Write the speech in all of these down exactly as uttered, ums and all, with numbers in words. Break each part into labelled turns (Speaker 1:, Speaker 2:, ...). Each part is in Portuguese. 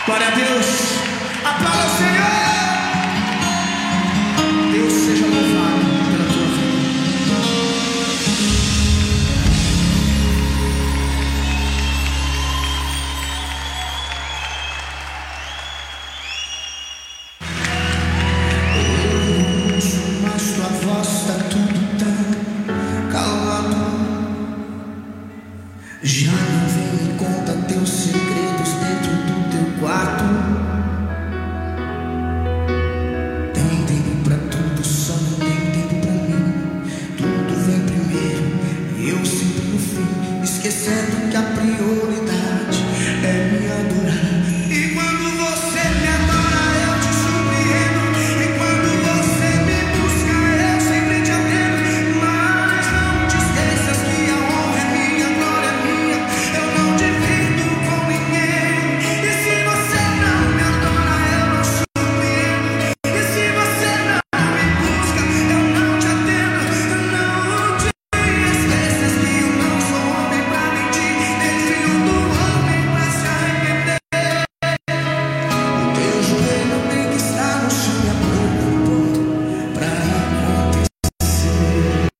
Speaker 1: Glória a Deus. Aplauda o Senhor. Deus seja louvado pela tua vida. Eu ouço, mas tua voz está tudo tão calado. Já não vem e conta teus segredos dentro do teu quarto. Tem tempo pra tudo, só não tem tempo pra mim. Tudo vem primeiro e eu sempre no fim, esquecendo que a prioridade é me adorar. E quando você me adora, eu te surpreendo. E quando você me busca, eu sempre te atendo. Mas não te esqueças que a honra é minha, a glória é minha. Eu não divido com ninguém. E se você não me adora, eu não surpreendo. E se você não me busca, eu não te atendo. Não te esqueças que eu não sou homem pra mentir, nem filho do homem pra se arrepender. O teu joelho tem que estar no chão e a boca pra acontecer.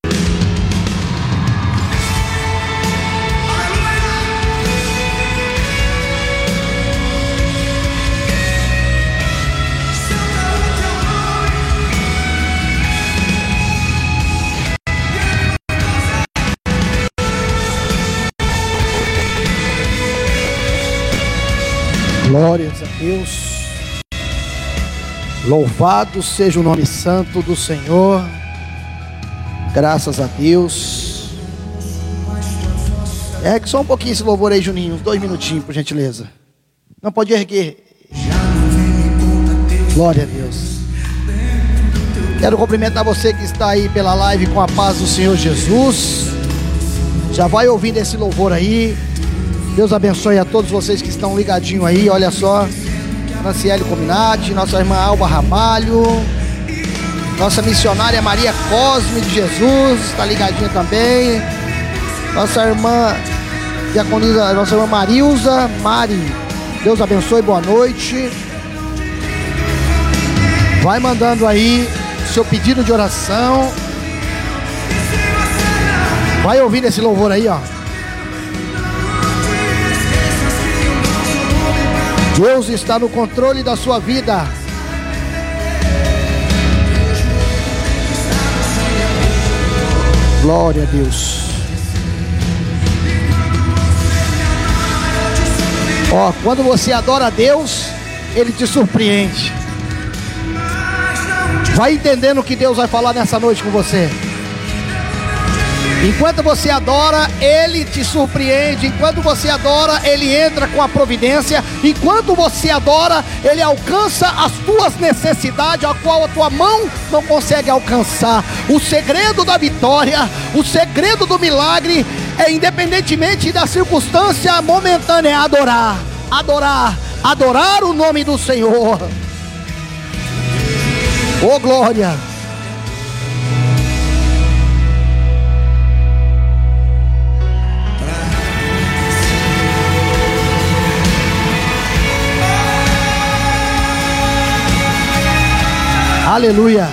Speaker 2: Glórias a Deus. Louvado seja o nome santo do Senhor. Graças a Deus. Ergue só um pouquinho esse louvor aí, Juninho. Uns dois minutinhos, por gentileza. Não pode erguer. Glória a Deus. Quero cumprimentar você que está aí pela live com a paz do Senhor Jesus. Já vai ouvindo esse louvor aí. Deus abençoe a todos vocês que estão ligadinhos aí. Olha só, Franciele Cominati, nossa irmã Alba Ramalho, nossa missionária Maria Cosme de Jesus está ligadinha também. Nossa irmã diaconisa, nossa irmã Marilza Mari, Deus abençoe, boa noite. Vai mandando aí seu pedido de oração. Vai ouvindo esse louvor aí, ó. Deus está no controle da sua vida. Glória a Deus. Ó, quando você adora a Deus, Ele te surpreende. Vai entendendo o que Deus vai falar nessa noite com você. Enquanto você adora, Ele te surpreende. Enquanto você adora, Ele entra com a providência. Enquanto você adora, Ele alcança as tuas necessidades, a qual a tua mão não consegue alcançar. O segredo da vitória, o segredo do milagre é, independentemente da circunstância momentânea, é adorar, adorar, adorar o nome do Senhor. Oh glória! Aleluia.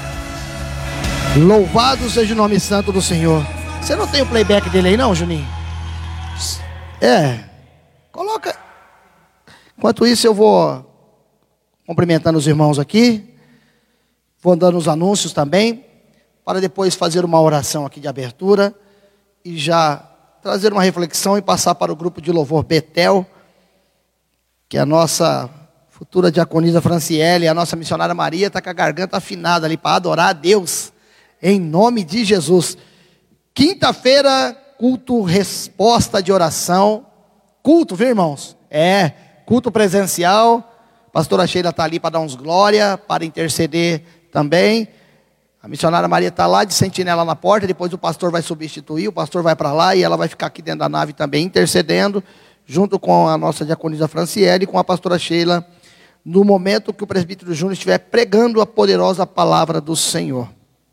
Speaker 2: Louvado seja o nome santo do Senhor. Você não tem o playback dele aí não, Juninho? É. Coloca. Enquanto isso eu vou cumprimentando os irmãos aqui. Vou dando os anúncios também, para depois fazer uma oração aqui de abertura e já trazer uma reflexão e passar para o grupo de louvor Betel, que é a nossa futura diaconisa Franciele, a nossa missionária Maria está com a garganta afinada ali para adorar a Deus, em nome de Jesus. Quinta-feira, culto resposta de oração, culto, viu irmãos? É, culto presencial, pastora Sheila está ali para dar uns glória, para interceder também. A missionária Maria está lá de sentinela na porta, depois o pastor vai substituir, o pastor vai para lá e ela vai ficar aqui dentro da nave também intercedendo, junto com a nossa diaconisa Franciele e com a pastora Sheila, no momento que o presbítero Júnior estiver pregando a poderosa palavra do Senhor.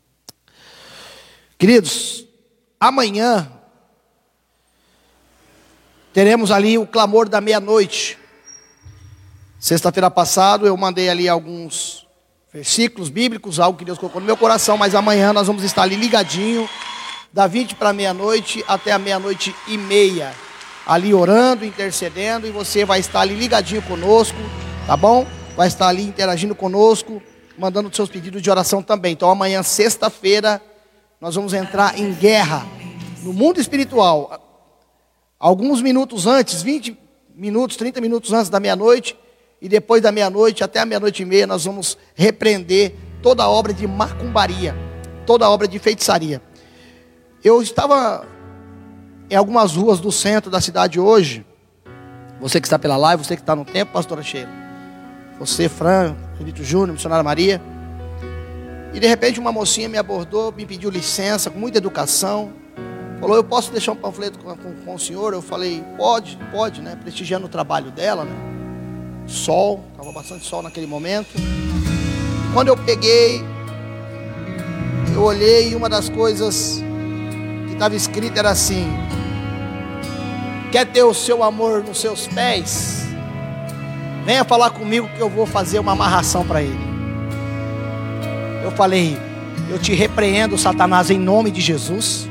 Speaker 2: Queridos, amanhã teremos ali o clamor da meia-noite. Sexta-feira passada eu mandei ali alguns versículos bíblicos, algo que Deus colocou no meu coração, mas amanhã nós vamos estar ali ligadinho, da vinte para meia-noite até a meia-noite e meia, ali orando, intercedendo, e você vai estar ali ligadinho conosco, tá bom? Vai estar ali interagindo conosco, mandando os seus pedidos de oração também. Então amanhã, sexta-feira, nós vamos entrar em guerra no mundo espiritual. Alguns minutos antes, vinte minutos, trinta minutos antes da meia-noite, e depois da meia-noite até a meia-noite e meia, nós vamos repreender toda a obra de macumbaria, toda a obra de feitiçaria. Eu estava em algumas ruas do centro da cidade hoje. Você que está pela live, você que está no tempo, pastora Sheila, você, Fran, Vitor Júnior, missionária Maria. E de repente uma mocinha me abordou, me pediu licença, com muita educação. Falou, eu posso deixar um panfleto com, com, com o senhor? Eu falei, pode, pode, né? Prestigiando o trabalho dela, né? Sol, estava bastante sol naquele momento. Quando eu peguei, eu olhei e uma das coisas que estava escrita era assim: quer ter o seu amor nos seus pés? Venha falar comigo que eu vou fazer uma amarração para ele. Eu falei, eu te repreendo, Satanás, em nome de Jesus.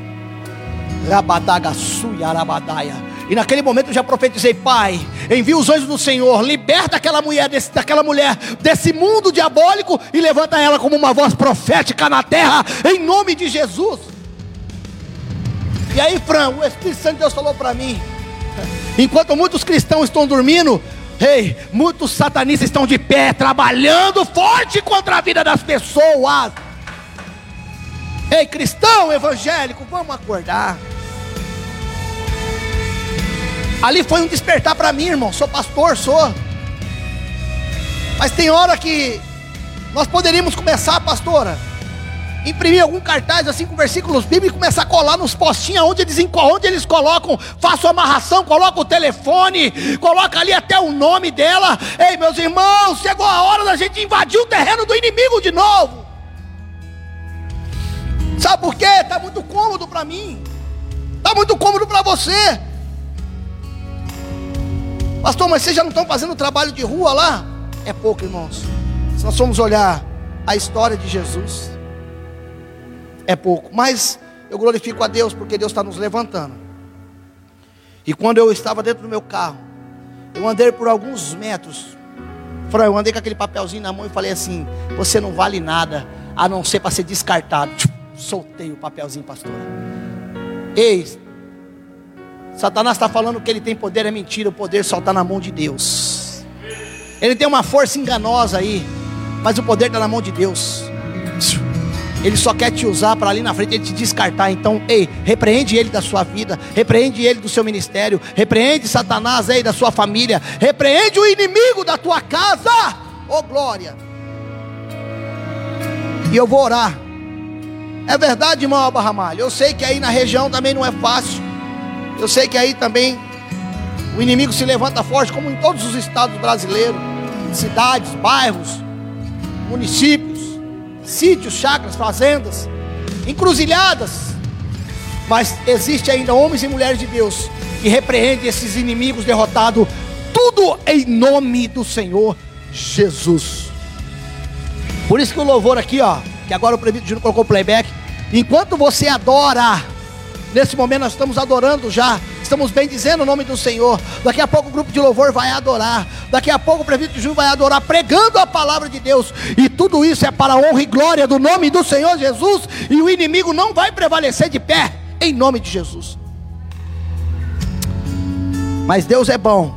Speaker 2: E naquele momento eu já profetizei, Pai, envia os anjos do Senhor, liberta aquela mulher desse, daquela mulher desse mundo diabólico e levanta ela como uma voz profética na terra, em nome de Jesus. E aí, Fran, o Espírito Santo de Deus falou para mim, enquanto muitos cristãos estão dormindo, ei, muitos satanistas estão de pé, trabalhando forte contra a vida das pessoas. Ei, cristão evangélico, vamos acordar. Ali foi um despertar para mim, irmão. Sou pastor, sou. Mas tem hora que nós poderíamos começar, pastora, imprimir algum cartaz assim com versículos bíblicos e começar a colar nos postinhos onde eles, onde eles colocam, façam amarração, coloca o telefone, coloca ali até o nome dela. Ei, meus irmãos, chegou a hora da gente invadir o terreno do inimigo de novo. Sabe por quê? Está muito cômodo para mim, está muito cômodo para você. Pastor, mas vocês já não estão fazendo trabalho de rua lá? É pouco, irmãos. Se nós formos olhar a história de Jesus, é pouco. Mas eu glorifico a Deus, porque Deus está nos levantando. E quando eu estava dentro do meu carro, eu andei por alguns metros. Eu andei com aquele papelzinho na mão e falei assim: você não vale nada, a não ser para ser descartado. Soltei o papelzinho, pastora. Ei, Satanás está falando que ele tem poder, é mentira. O poder só está na mão de Deus. Ele tem uma força enganosa aí, mas o poder está na mão de Deus. Ele só quer te usar para ali na frente ele te descartar. Então, ei, repreende ele da sua vida, repreende ele do seu ministério, repreende Satanás aí da sua família, repreende o inimigo da tua casa. Oh glória. E eu vou orar. É verdade, irmão Abarramalho, eu sei que aí na região também não é fácil. Eu sei que aí também o inimigo se levanta forte, como em todos os estados brasileiros, cidades, bairros, municípios, sítios, chácaras, fazendas, encruzilhadas. Mas existe ainda homens e mulheres de Deus que repreendem esses inimigos derrotados, tudo em nome do Senhor Jesus. Por isso que o louvor aqui, ó, que agora o prefeito Júnior colocou o playback, enquanto você adora, nesse momento nós estamos adorando já, estamos bendizendo o nome do Senhor. Daqui a pouco o grupo de louvor vai adorar, daqui a pouco o prefeito Júnior vai adorar, pregando a palavra de Deus. E tudo isso é para a honra e glória do nome do Senhor Jesus. E o inimigo não vai prevalecer de pé, em nome de Jesus. Mas Deus é bom.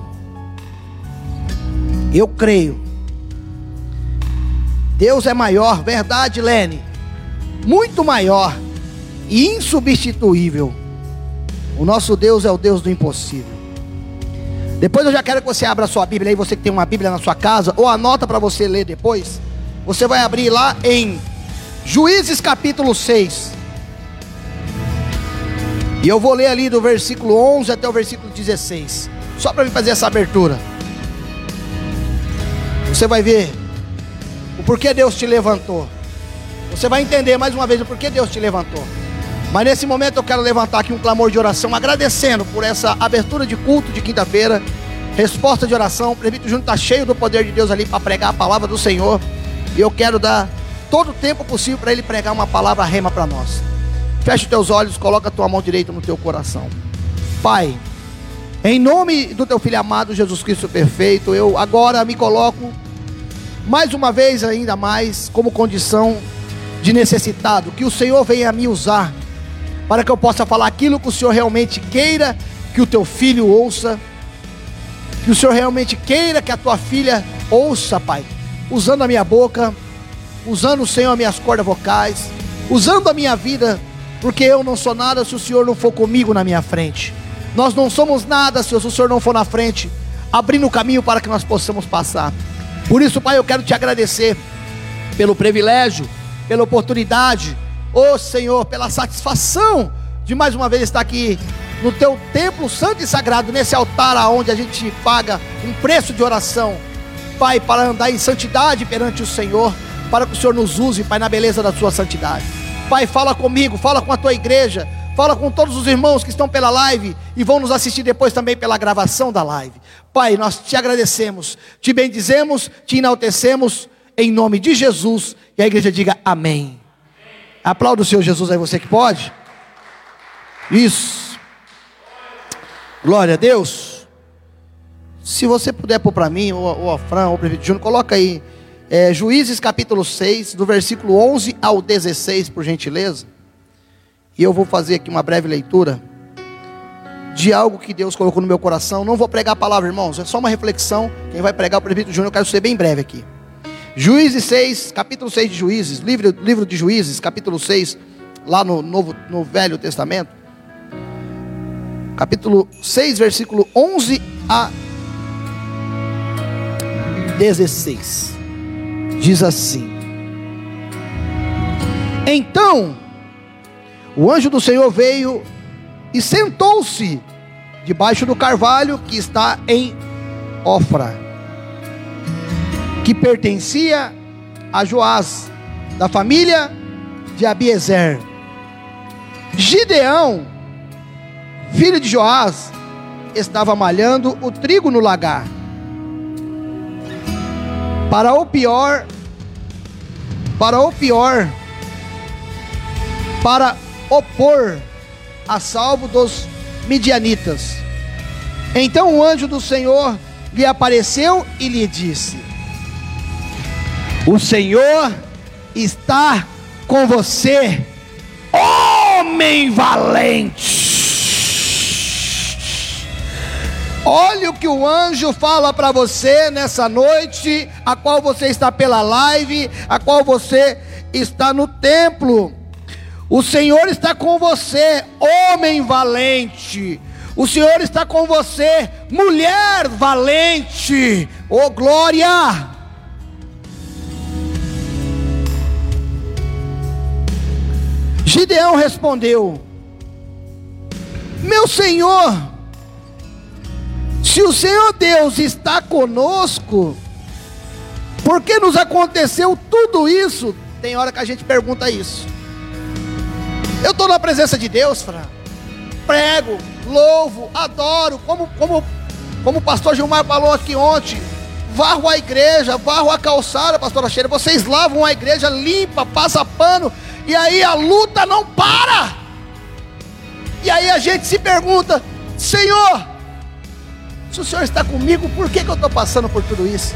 Speaker 2: Eu creio. Deus é maior, verdade, Lene? Muito maior e insubstituível. O nosso Deus é o Deus do impossível. Depois eu já quero que você abra a sua Bíblia aí, você que tem uma Bíblia na sua casa, ou anota para você ler depois. Você vai abrir lá em Juízes capítulo seis. E eu vou ler ali do versículo onze até o versículo dezesseis, só para me fazer essa abertura. Você vai ver o porquê Deus te levantou. Você vai entender mais uma vez o porquê Deus te levantou. Mas nesse momento eu quero levantar aqui um clamor de oração, agradecendo por essa abertura de culto de quinta-feira. resposta de oração. O presbítero Júnior está cheio do poder de Deus ali para pregar a palavra do Senhor. E eu quero dar todo o tempo possível para ele pregar uma palavra rema para nós. Feche os teus olhos, coloca a tua mão direita no teu coração. Pai, em nome do teu Filho amado, Jesus Cristo perfeito, eu agora me coloco, mais uma vez ainda mais, como condição de necessitado. Que o Senhor venha me usar, para que eu possa falar aquilo que o Senhor realmente queira que o teu filho ouça. Que o Senhor realmente queira que a tua filha ouça, Pai. Usando a minha boca, usando, Senhor, as minhas cordas vocais, usando a minha vida, porque eu não sou nada se o Senhor não for comigo na minha frente. Nós não somos nada se o Senhor não for na frente, abrindo o caminho para que nós possamos passar. Por isso, Pai, eu quero te agradecer pelo privilégio, pela oportunidade, ó Senhor, pela satisfação de mais uma vez estar aqui no teu templo santo e sagrado, nesse altar aonde a gente paga um preço de oração, Pai, para andar em santidade perante o Senhor, para que o Senhor nos use, Pai, na beleza da sua santidade. Pai, fala comigo, fala com a tua igreja, fala com todos os irmãos que estão pela live e vão nos assistir depois também pela gravação da live. Pai, nós te agradecemos, te bendizemos, te enaltecemos, em nome de Jesus. E a igreja diga amém. Aplauda o Senhor Jesus aí, você que pode. Isso. Glória a Deus. Se você puder pôr para mim, ou a Fran, ou o presbítero Júnior, coloca aí é, Juízes capítulo seis, do versículo onze ao dezesseis, por gentileza. E eu vou fazer aqui uma breve leitura de algo que Deus colocou no meu coração. Não vou pregar a palavra, irmãos, é só uma reflexão. Quem vai pregar é o presbítero Júnior, eu quero ser bem breve aqui. Juízes seis, capítulo seis de Juízes, livro, livro de Juízes, capítulo seis, lá no, Novo, no Velho Testamento. Capítulo seis, versículo onze a dezesseis. Diz assim: Então o anjo do Senhor veio e sentou-se debaixo do carvalho que está em Ofra, que pertencia a Joás, da família de Abiezer. Gideão, filho de Joás, estava malhando o trigo no lagar. Para o pior, para o pior, para opor a salvo dos midianitas. Então o anjo do Senhor lhe apareceu e lhe disse: O Senhor está com você, homem valente. Olha o que o anjo fala para você nessa noite, a qual você está pela live, a qual você está no templo. O Senhor está com você, homem valente. O Senhor está com você, mulher valente. Oh glória! Gideão respondeu: Meu Senhor, se o Senhor Deus está conosco, por que nos aconteceu tudo isso? Tem hora que a gente pergunta isso. Eu estou na presença de Deus, Fran, prego, louvo, adoro, como, como, como o pastor Gilmar falou aqui ontem, varro a igreja, varro a calçada, pastora Sheila, vocês lavam a igreja, limpa, passa pano, e aí a luta não para. E aí a gente se pergunta: Senhor, se o Senhor está comigo, por que, que eu estou passando por tudo isso?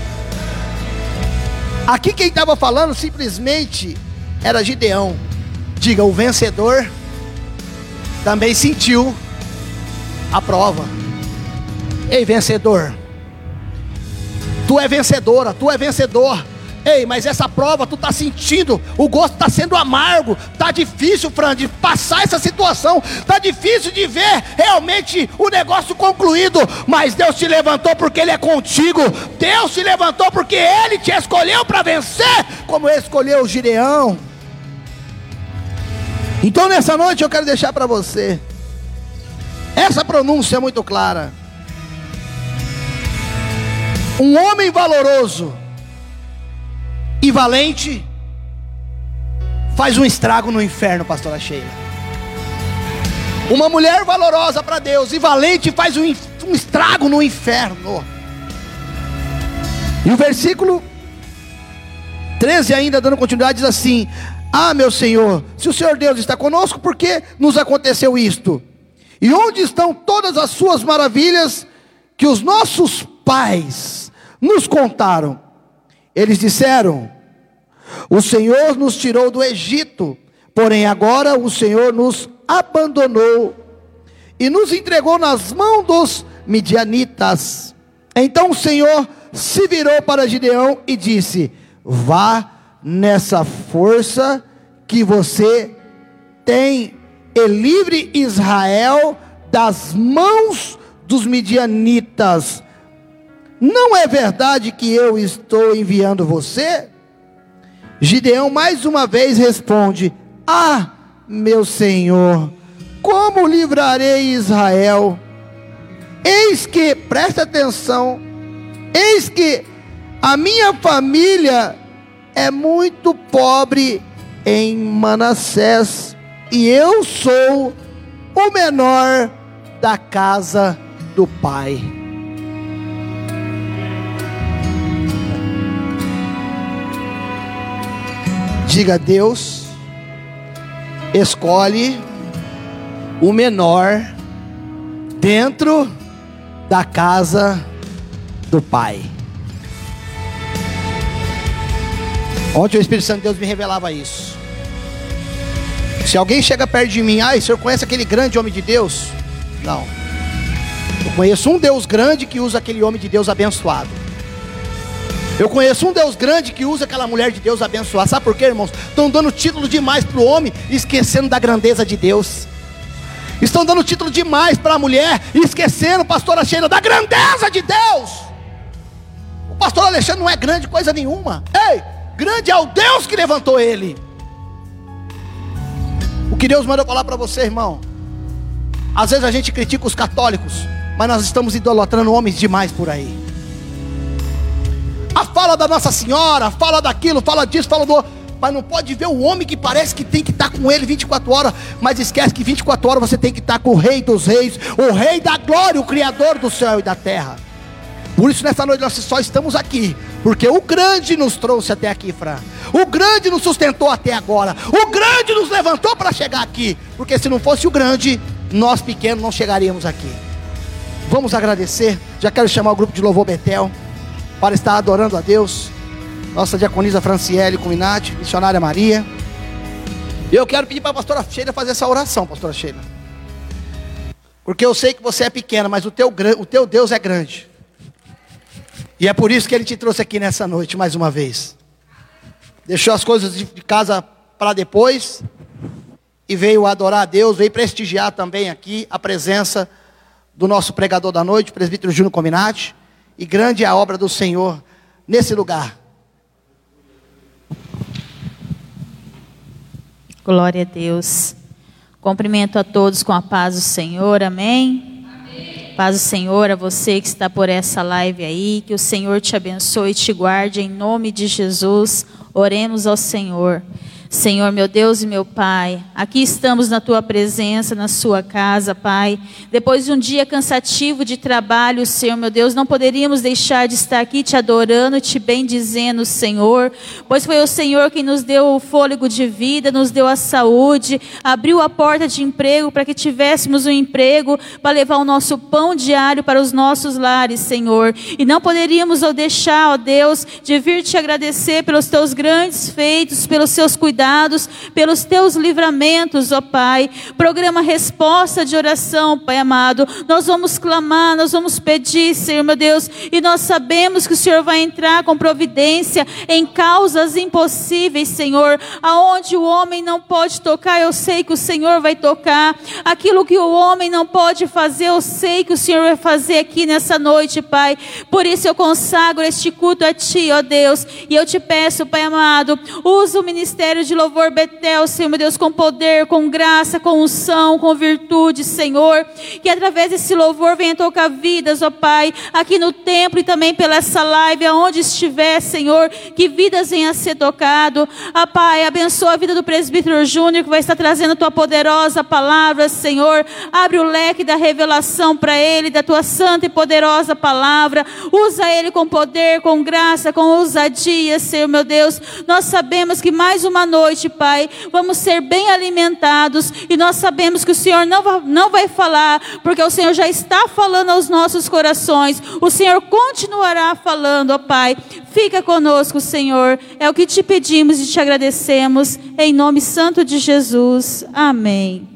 Speaker 2: Aqui quem estava falando simplesmente era Gideão. Diga, o vencedor também sentiu a prova. Ei, vencedor, tu é vencedora, tu é vencedor. Ei, mas essa prova tu está sentindo, o gosto está sendo amargo, está difícil, Fran, de passar essa situação, está difícil de ver realmente o negócio concluído, mas Deus te levantou porque Ele é contigo, Deus te levantou porque Ele te escolheu para vencer, como Ele escolheu o Gideão. Então nessa noite eu quero deixar para você essa pronúncia é muito clara: um homem valoroso e valente faz um estrago no inferno, pastora Sheila. Uma mulher valorosa para Deus e valente faz um, um estrago no inferno. E o versículo treze ainda, dando continuidade, diz assim: ah, meu Senhor, se o Senhor Deus está conosco, por que nos aconteceu isto? E onde estão todas as suas maravilhas que os nossos pais nos contaram? Eles disseram: o Senhor nos tirou do Egito, porém agora o Senhor nos abandonou e nos entregou nas mãos dos midianitas. Então o Senhor se virou para Gideão e disse: vá nessa força que você tem e livre Israel das mãos dos midianitas. Não é verdade que eu estou enviando você? Gideão mais uma vez responde: ah, meu Senhor, como livrarei Israel? Eis que, presta atenção, eis que a minha família é muito pobre em Manassés, e eu sou o menor da casa do pai. Diga: Deus escolhe o menor dentro da casa do pai. Ontem o Espírito Santo de Deus me revelava isso. Se alguém chega perto de mim: ah, o senhor conhece aquele grande homem de Deus? Não. Eu conheço um Deus grande que usa aquele homem de Deus abençoado. Eu conheço um Deus grande que usa aquela mulher de Deus abençoada. Sabe por quê, irmãos? Estão dando título demais para o homem, esquecendo da grandeza de Deus. Estão dando título demais para a mulher, esquecendo, pastora Sheila, da grandeza de Deus. O pastor Alexandre não é grande coisa nenhuma. Ei, grande é o Deus que levantou ele. O que Deus mandou falar para você, irmão: às vezes a gente critica os católicos, mas nós estamos idolatrando homens demais por aí. A fala da Nossa Senhora, fala daquilo, fala disso, fala do... mas não pode ver o homem que parece que tem que estar com ele vinte e quatro horas, mas esquece que vinte e quatro horas você tem que estar com o Rei dos Reis, o Rei da Glória, o Criador do céu e da terra. Por isso nessa noite nós só estamos aqui porque o grande nos trouxe até aqui, Fran. O grande nos sustentou até agora. O grande nos levantou para chegar aqui, porque se não fosse o grande, nós pequenos não chegaríamos aqui. Vamos agradecer. Já quero chamar o grupo de louvor Betel para estar adorando a Deus. Nossa diaconisa Franciele Cuminati, missionária Maria. E eu quero pedir para a pastora Sheila fazer essa oração, pastora Sheila, porque eu sei que você é pequena, mas o teu, o teu Deus é grande. E é por isso que Ele te trouxe aqui nessa noite mais uma vez. Deixou as coisas de casa para depois e veio adorar a Deus, veio prestigiar também aqui a presença do nosso pregador da noite, o presbítero Júnior Cominati. E grande é a obra do Senhor nesse lugar.
Speaker 3: Glória a Deus. Cumprimento a todos com a paz do Senhor, amém? Amém. Paz do Senhor a você que está por essa live aí, que o Senhor te abençoe e te guarde em nome de Jesus. Oremos ao Senhor. Senhor, meu Deus e meu Pai, aqui estamos na Tua presença, na Sua casa, Pai. Depois de um dia cansativo de trabalho, Senhor, meu Deus, não poderíamos deixar de estar aqui te adorando, te bendizendo, Senhor, pois foi o Senhor quem nos deu o fôlego de vida, nos deu a saúde, abriu a porta de emprego para que tivéssemos um emprego, para levar o nosso pão diário para os nossos lares, Senhor. E não poderíamos ó, deixar, ó Deus, de vir te agradecer pelos Teus grandes feitos, pelos Seus cuidados, pelos Teus livramentos, ó Pai. Programa Resposta de Oração, Pai amado. Nós vamos clamar, nós vamos pedir, Senhor meu Deus, e nós sabemos que o Senhor vai entrar com providência em causas impossíveis, Senhor. Aonde o homem não pode tocar, eu sei que o Senhor vai tocar. Aquilo que o homem não pode fazer, eu sei que o Senhor vai fazer aqui nessa noite, Pai. Por isso eu consagro este culto a Ti, ó Deus, e eu te peço, Pai amado, usa o ministério de louvor Betel, Senhor meu Deus, com poder, com graça, com unção, com virtude, Senhor. Que através desse louvor venha tocar vidas, ó Pai, aqui no templo e também pela essa live, aonde estiver, Senhor, que vidas venham a ser tocado. Ó Pai, abençoa a vida do presbítero Júnior, que vai estar trazendo a tua poderosa palavra, Senhor. Abre o leque da revelação para ele, da tua santa e poderosa palavra. Usa ele com poder, com graça, com ousadia, Senhor meu Deus. Nós sabemos que mais uma noite, Pai, vamos ser bem alimentados, e nós sabemos que o Senhor não vai, não vai falar, porque o Senhor já está falando aos nossos corações. O Senhor continuará falando, ó Pai. Fica conosco, Senhor. É o que te pedimos e te agradecemos, em nome santo de Jesus. Amém.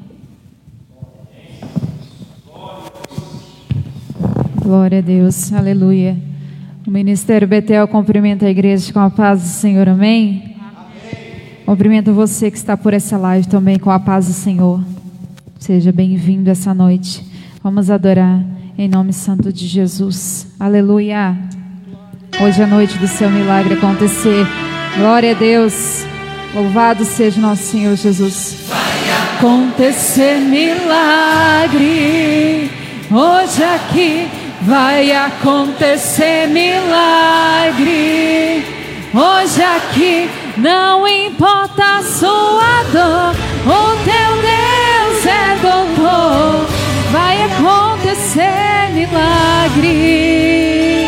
Speaker 4: Glória a Deus, aleluia. O Ministério Betel cumprimenta a igreja com a paz do Senhor, amém? Amém. Cumprimento você que está por essa live também com a paz do Senhor. Seja bem-vindo essa noite. Vamos adorar em nome santo de Jesus, aleluia. Hoje é a noite do seu milagre acontecer. Glória a Deus, louvado seja nosso Senhor Jesus. Vai acontecer milagre hoje aqui. Vai acontecer milagre hoje aqui. Não importa a sua dor, o teu Deus é doutor. Vai acontecer milagre.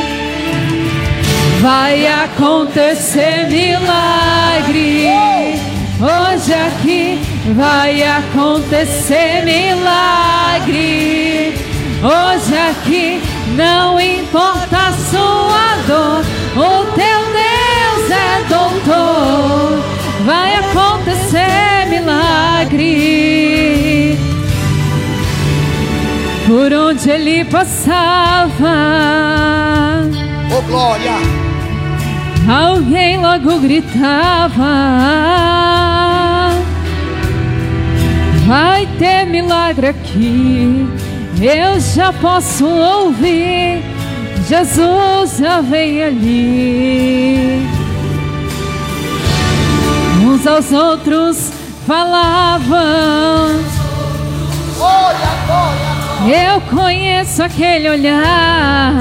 Speaker 4: Vai acontecer milagre hoje aqui. Vai acontecer milagre hoje aqui. Não importa a sua dor, o teu Deus é doutor. Vai acontecer milagre. Por onde ele passava,
Speaker 2: oh glória,
Speaker 4: alguém logo gritava: vai ter milagre aqui. Eu já posso ouvir, Jesus já vem ali. Uns aos outros falavam:
Speaker 2: glória, glória.
Speaker 4: Eu conheço aquele olhar,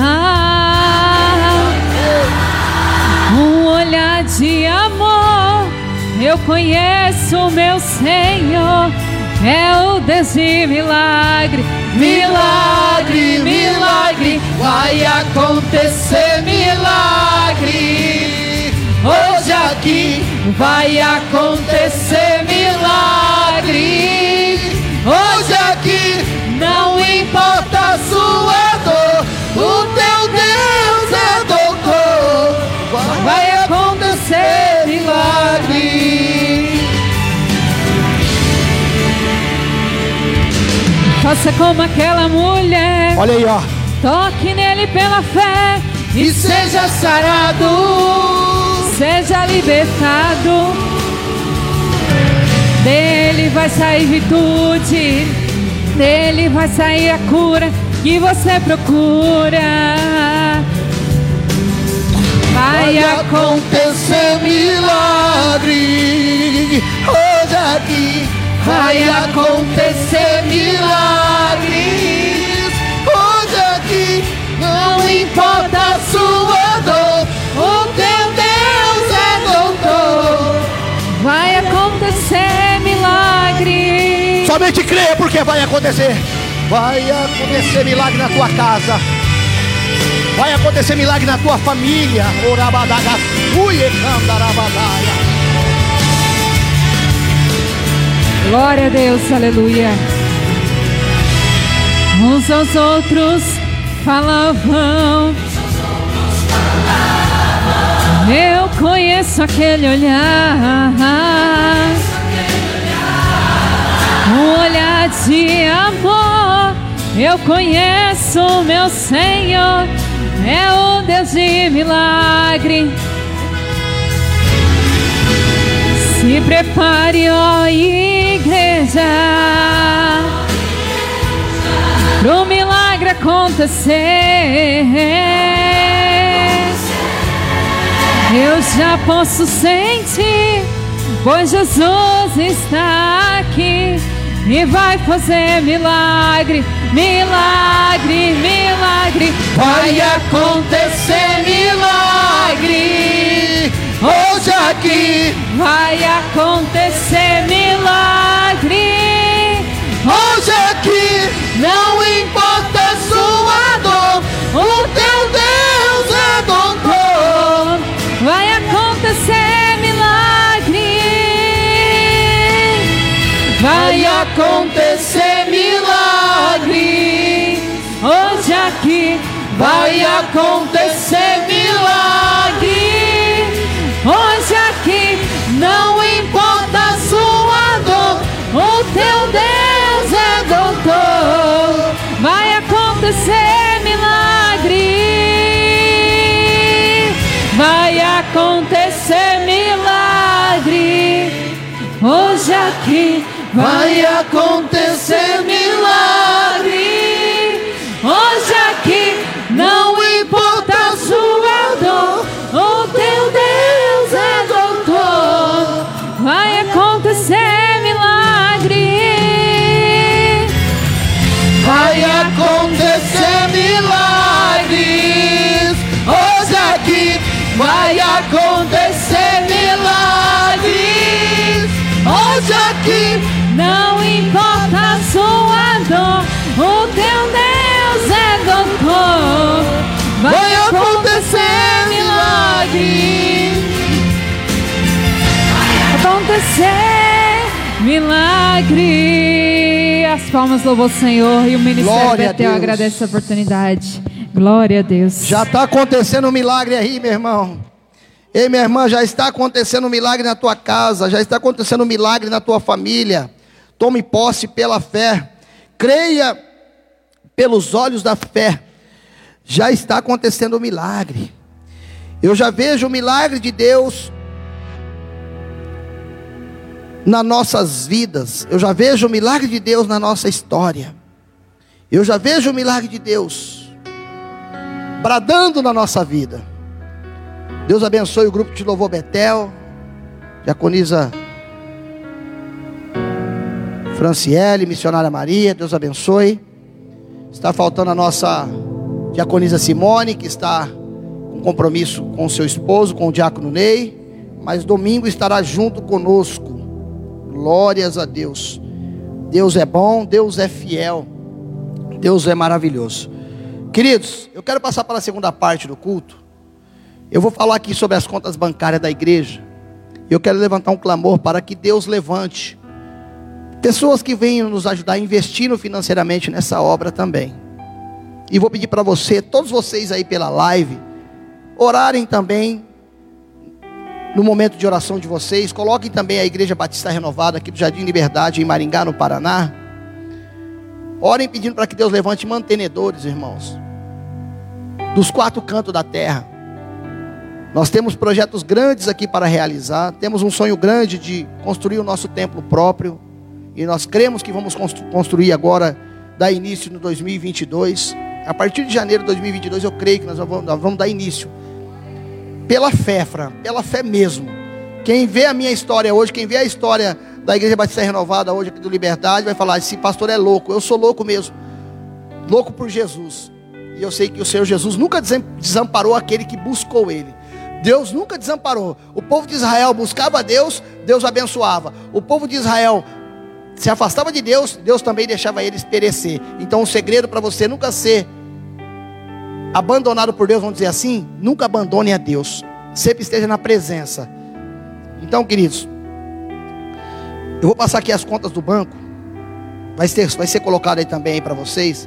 Speaker 4: um olhar de amor. Eu conheço o meu Senhor, é o Deus de milagre.
Speaker 1: Milagre, milagre, vai acontecer milagre. Hoje aqui vai acontecer milagre. Hoje aqui não importa a sua dor, o teu Deus é doutor. Vai acontecer milagre.
Speaker 4: Faça como aquela mulher,
Speaker 2: olha aí, ó.
Speaker 4: toque nele pela fé
Speaker 1: E seja sarado,
Speaker 4: seja libertado. Dele vai sair virtude, dele vai sair a cura que você procura. Vai
Speaker 1: vai acontecer milagre. Hoje aqui vai acontecer milagres. Hoje aqui não importa a sua dor, o teu Deus é doutor.
Speaker 4: Vai acontecer milagre.
Speaker 2: Somente creia, porque vai acontecer. Vai acontecer milagre na tua casa. Vai acontecer milagre na tua família. Orabadaga, uiecandarabadaia.
Speaker 4: Glória a Deus, aleluia. Uns aos outros falavam: eu conheço aquele olhar, um olhar de amor. Eu conheço o meu Senhor, é o Deus de milagre. Se prepare, ó igreja, pro milagre acontecer. Eu já posso sentir pois Jesus está aqui e vai fazer milagre, milagre, milagre.
Speaker 2: Vai acontecer milagre hoje aqui.
Speaker 4: Vai acontecer milagre
Speaker 2: Hoje aqui,
Speaker 4: não importa a sua dor, o teu Deus é doutor. Vai acontecer milagre, vai acontecer milagre hoje aqui. Vai acontecer milagre hoje aqui. Não importa a sua dor, o teu Deus é doutor. Vai acontecer milagre, vai acontecer milagre hoje aqui. Vai acontecer milagre hoje aqui. Não importa a sua dor, o teu Deus é doutor. Vai acontecer milagre,
Speaker 2: vai acontecer milagres hoje aqui. Vai acontecer milagres hoje aqui.
Speaker 4: não importa a sua dor, o teu Deus é doutor.
Speaker 2: Vai acontecer milagre.
Speaker 4: Acontecer milagre. As palmas louvam o Senhor e o Ministério
Speaker 2: Glória a
Speaker 4: Betel
Speaker 2: Deus.
Speaker 4: agradece a oportunidade. Glória a Deus.
Speaker 2: Já está acontecendo um milagre aí, meu irmão. Ei, minha irmã, já está acontecendo um milagre na tua casa, já está acontecendo um milagre na tua família. Tome posse pela fé, creia pelos olhos da fé. Já está acontecendo um milagre. Eu já vejo o milagre de Deus nas nossas vidas. Eu já vejo o milagre de Deus na nossa história. Eu já vejo o milagre de Deus bradando na nossa vida. Deus abençoe o grupo de louvor Betel, diaconisa Franciele, missionária Maria, Deus abençoe. Está faltando a nossa diaconisa Simone, que está com compromisso com seu esposo, com o diácono Ney, mas domingo estará junto conosco. Glórias a Deus. Deus é bom, Deus é fiel, Deus é maravilhoso. Queridos, eu quero passar para a segunda parte do culto. Eu vou falar aqui sobre as contas bancárias da igreja. Eu quero levantar um clamor para que Deus levante pessoas que venham nos ajudar investindo financeiramente nessa obra também. E vou pedir para você, todos vocês aí pela live, orarem também no momento de oração de vocês. Coloquem também a Igreja Batista Renovada aqui do Jardim Liberdade em Maringá, no Paraná. Orem pedindo para que Deus levante mantenedores, irmãos, dos quatro cantos da terra. Nós temos projetos grandes aqui para realizar. Temos um sonho grande de construir o nosso templo próprio. E nós cremos que vamos constru- construir agora, dar início no dois mil e vinte e dois. A partir de janeiro de dois mil e vinte e dois, eu creio que nós vamos, nós vamos dar início. Pela fé, Fran, pela fé mesmo. Quem vê a minha história hoje, quem vê a história da Igreja Batista Renovada hoje aqui do Liberdade, vai falar: esse pastor é louco. Eu sou louco mesmo. Louco por Jesus. E eu sei que o Senhor Jesus nunca desam- desamparou aquele que buscou Ele. Deus nunca desamparou. O povo de Israel buscava Deus, Deus abençoava. O povo de Israel se afastava de Deus, Deus também deixava eles perecer. Então o segredo para você nunca ser abandonado por Deus, vamos dizer assim, nunca abandone a Deus. Sempre esteja na presença. Então, queridos, eu vou passar aqui as contas do banco. Vai ser, vai ser colocado aí também para vocês.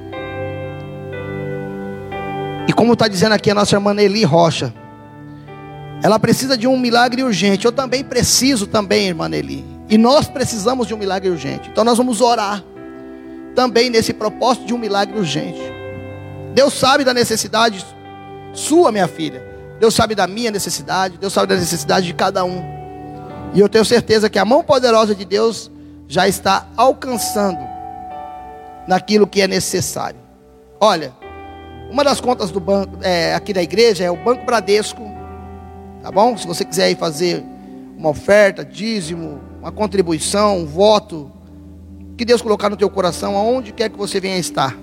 Speaker 2: E como está dizendo aqui a nossa irmã Nelly Rocha, ela precisa de um milagre urgente. Eu também preciso também, irmã Nelly. E nós precisamos de um milagre urgente. Então nós vamos orar também nesse propósito de um milagre urgente. Deus sabe da necessidade sua, minha filha. Deus sabe da minha necessidade. Deus sabe da necessidade de cada um. E eu tenho certeza que a mão poderosa de Deus já está alcançando naquilo que é necessário. Olha, uma das contas do banco é, aqui da igreja é o Banco Bradesco. Tá bom? Se você quiser aí fazer uma oferta, dízimo, uma contribuição, um voto, que Deus colocar no teu coração, aonde quer que você venha estar.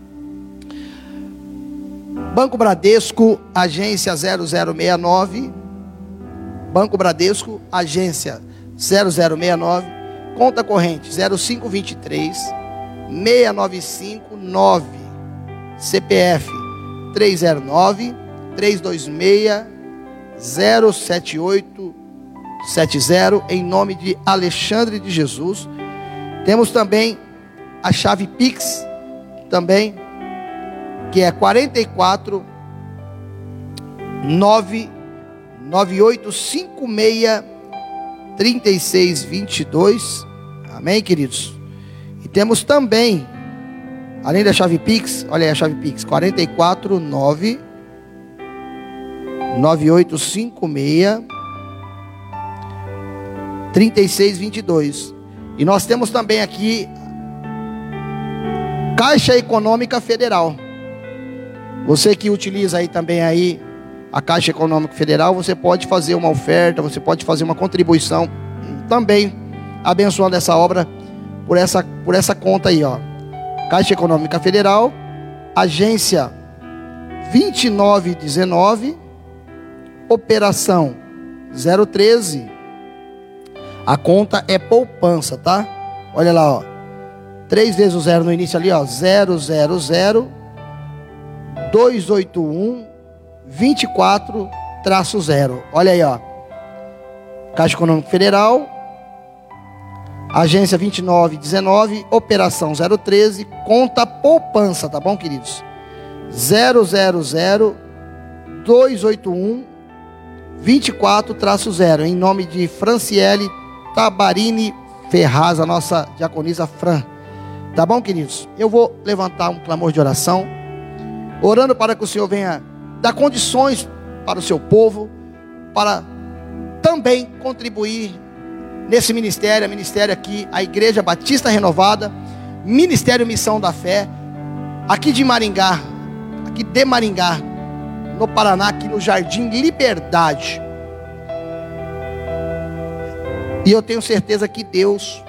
Speaker 2: Banco Bradesco, agência zero zero seis nove, Banco Bradesco, agência zero zero seis nove, conta corrente zero cinco dois três, seis nove cinco nove, C P F três zero nove, três dois seis, zero sete oito sete zero, em nome de Alexandre de Jesus. Temos também a chave Pix, também, que é quarenta e quatro, nove nove oito cinco seis, três seis dois dois. Amém, queridos? E temos também, além da chave Pix, olha aí a chave Pix, quarenta e quatro, nove nove oito cinco seis, três seis dois dois. E nós temos também aqui Caixa Econômica Federal. Você que utiliza aí também aí a Caixa Econômica Federal, você pode fazer uma oferta, você pode fazer uma contribuição, também abençoando essa obra por essa, por essa conta aí, ó. Caixa Econômica Federal, agência vinte e nove dezenove, operação zero treze. A conta é poupança, tá? Olha lá, ó. Três vezes o zero no início ali, ó. zero zero zero dois oito um vinte e quatro traço zero. Olha aí, ó. Caixa Econômica Federal, agência vinte e nove dezenove, operação zero treze, conta poupança, tá bom, queridos? zero zero zero dois oito um vinte e quatro traço zero, em nome de Franciele Tabarini Ferraz, a nossa diaconisa Fran. Tá bom, queridos? Eu vou levantar um clamor de oração, orando para que o Senhor venha dar condições para o seu povo, para também contribuir nesse ministério, a ministério aqui, a Igreja Batista Renovada, Ministério Missão da Fé, aqui de Maringá, aqui de Maringá, no Paraná, aqui no Jardim Liberdade. E eu tenho certeza que Deus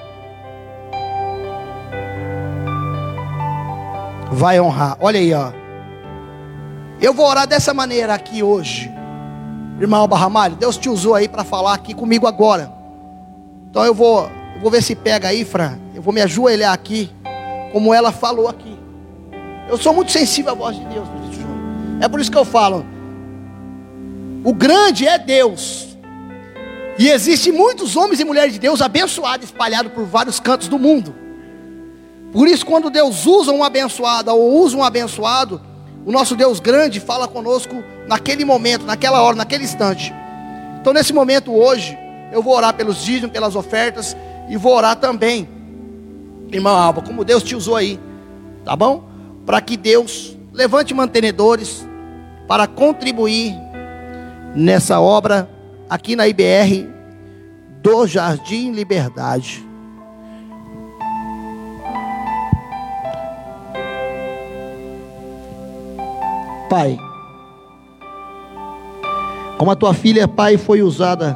Speaker 2: vai honrar. Olha aí, ó. Eu vou orar dessa maneira aqui hoje. Irmão Barramalho, Deus te usou aí para falar aqui comigo agora. Então eu vou, eu vou ver se pega aí, Fran. Eu vou me ajoelhar aqui, como ela falou aqui. Eu sou muito sensível à voz de Deus. É por isso que eu falo. O grande é Deus. E existem muitos homens e mulheres de Deus abençoados, espalhados por vários cantos do mundo. Por isso, quando Deus usa um abençoado ou usa um abençoado, o nosso Deus grande fala conosco naquele momento, naquela hora, naquele instante. Então, nesse momento hoje, eu vou orar pelos dízimos, pelas ofertas, e vou orar também, irmã Alba, como Deus te usou aí, tá bom? Para que Deus levante mantenedores para contribuir nessa obra aqui na I B R do Jardim Liberdade. Pai, como a tua filha, Pai, foi usada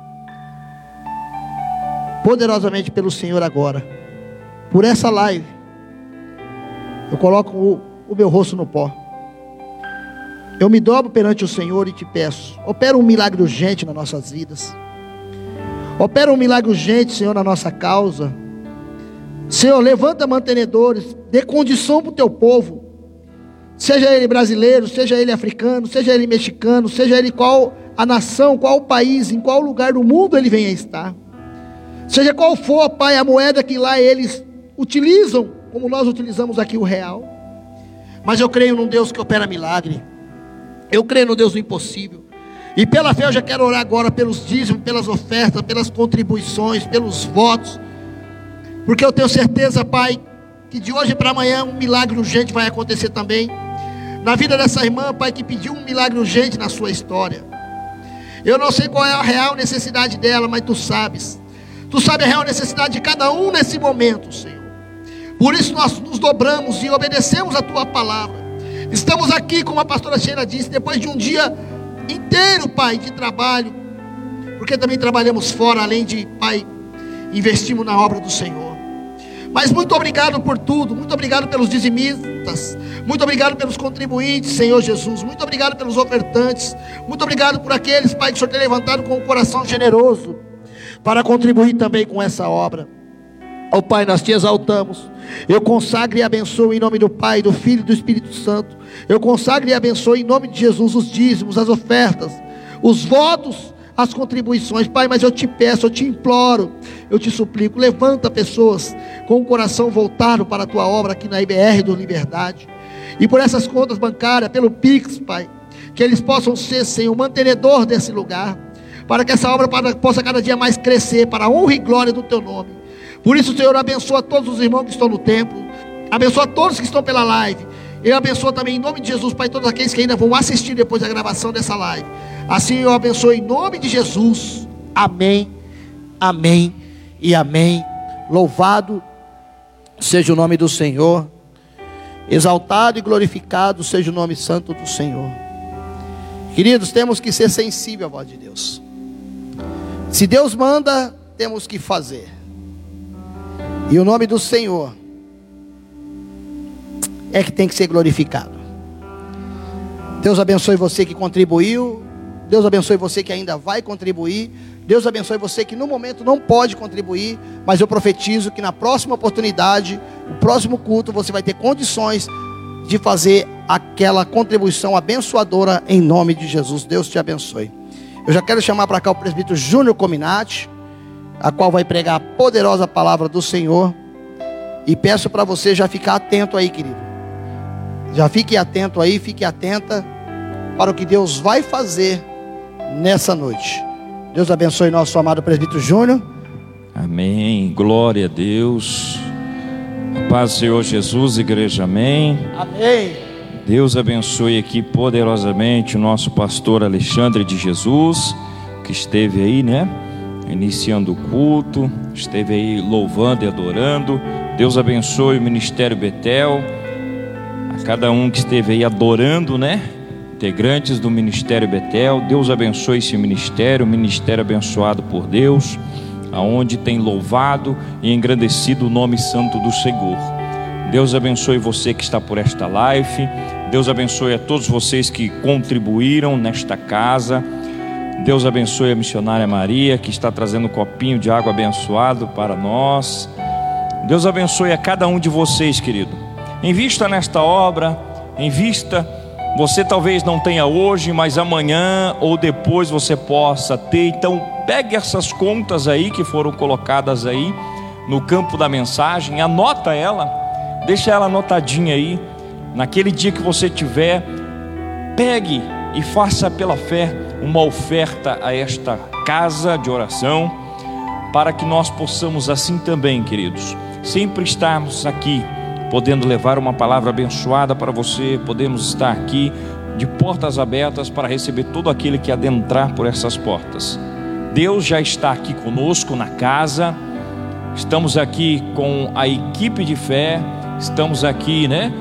Speaker 2: poderosamente pelo Senhor agora, por essa live, eu coloco o, o meu rosto no pó. Eu me dobro perante o Senhor e te peço, opera um milagre urgente nas nossas vidas. Opera um milagre urgente, Senhor, na nossa causa. Senhor, levanta mantenedores, dê condição para o teu povo. Seja ele brasileiro, seja ele africano, seja ele mexicano, seja ele qual a nação, qual o país, em qual lugar do mundo ele venha estar. Seja qual for, Pai, a moeda que lá eles utilizam, como nós utilizamos aqui o real. Mas eu creio num Deus que opera milagre. Eu creio no Deus do impossível. E pela fé eu já quero orar agora pelos dízimos, pelas ofertas, pelas contribuições, pelos votos. Porque eu tenho certeza, Pai, que de hoje para amanhã um milagre urgente vai acontecer também. Na vida dessa irmã, Pai, que pediu um milagre urgente na sua história. Eu não sei qual é a real necessidade dela, mas Tu sabes. Tu sabes a real necessidade de cada um nesse momento, Senhor. Por isso nós nos dobramos e obedecemos a Tua palavra. Estamos aqui, como a pastora Sheila disse, depois de um dia inteiro, Pai, de trabalho. porque também trabalhamos fora, além de, Pai, investimos na obra do Senhor. Mas muito obrigado por tudo, muito obrigado pelos dizimistas, muito obrigado pelos contribuintes, Senhor Jesus, muito obrigado pelos ofertantes, muito obrigado por aqueles, Pai, que o Senhor tem levantado com o coração generoso, para contribuir também com essa obra. Ó oh, Pai, nós te exaltamos. Eu consagro e abençoo em nome do Pai, do Filho e do Espírito Santo. Eu consagro e abençoo em nome de Jesus os dízimos, as ofertas, os votos, as contribuições. Pai, mas eu te peço, eu te imploro, eu te suplico, levanta pessoas com o coração voltado para a tua obra aqui na I B R do Liberdade. E por essas contas bancárias, pelo Pix, Pai, que eles possam ser, Senhor, o mantenedor desse lugar, para que essa obra possa cada dia mais crescer, para a honra e glória do teu nome. Por isso, Senhor, abençoa todos os irmãos que estão no templo, abençoa todos que estão pela live. Eu abençoo também em nome de Jesus, Pai, todos aqueles que ainda vão assistir depois da gravação dessa live. Assim eu abençoo em nome de Jesus. Amém, amém e amém. Louvado seja o nome do Senhor, exaltado e glorificado seja o nome santo do Senhor. Queridos, temos que ser sensíveis à voz de Deus. Se Deus manda, temos que fazer. E o nome do Senhor é que tem que ser glorificado. Deus abençoe você que contribuiu. Deus abençoe você que ainda vai contribuir. Deus abençoe você que no momento não pode contribuir, mas eu profetizo que na próxima oportunidade, no próximo culto, você vai ter condições de fazer aquela contribuição abençoadora em nome de Jesus. Deus te abençoe. Eu já quero chamar para cá o presbítero Júnior Cominati, a qual vai pregar a poderosa palavra do Senhor. E peço para você já ficar atento aí, querido. Já fique atento aí, fique atenta para o que Deus vai fazer nessa noite. Deus abençoe nosso amado presbítero Júnior.
Speaker 5: Amém, glória a Deus. A paz do Senhor Jesus, igreja, amém.
Speaker 2: Amém.
Speaker 5: Deus abençoe aqui poderosamente o nosso pastor Alexandre de Jesus, que esteve aí, né, iniciando o culto, esteve aí louvando e adorando. Deus abençoe o Ministério Betel, a cada um que esteve aí adorando, né, integrantes do Ministério Betel. Deus abençoe esse ministério, um ministério abençoado por Deus, aonde tem louvado e engrandecido o nome santo do Senhor. Deus abençoe você que está por esta live. Deus abençoe a todos vocês que contribuíram nesta casa. Deus abençoe a missionária Maria, que está trazendo um copinho de água abençoado para nós. Deus abençoe a cada um de vocês, querido. Invista nesta obra, invista. Você talvez não tenha hoje, mas amanhã ou depois você possa ter. Então pegue essas contas aí que foram colocadas aí no campo da mensagem, anota ela, deixa ela anotadinha aí. Naquele dia que você tiver, pegue e faça pela fé uma oferta a esta casa de oração, para que nós possamos assim também, queridos, sempre estarmos aqui, podendo levar uma palavra abençoada para você. Podemos estar aqui de portas abertas para receber todo aquele que adentrar por essas portas. Deus já está aqui conosco na casa. Estamos aqui com a equipe de fé. Estamos aqui, né,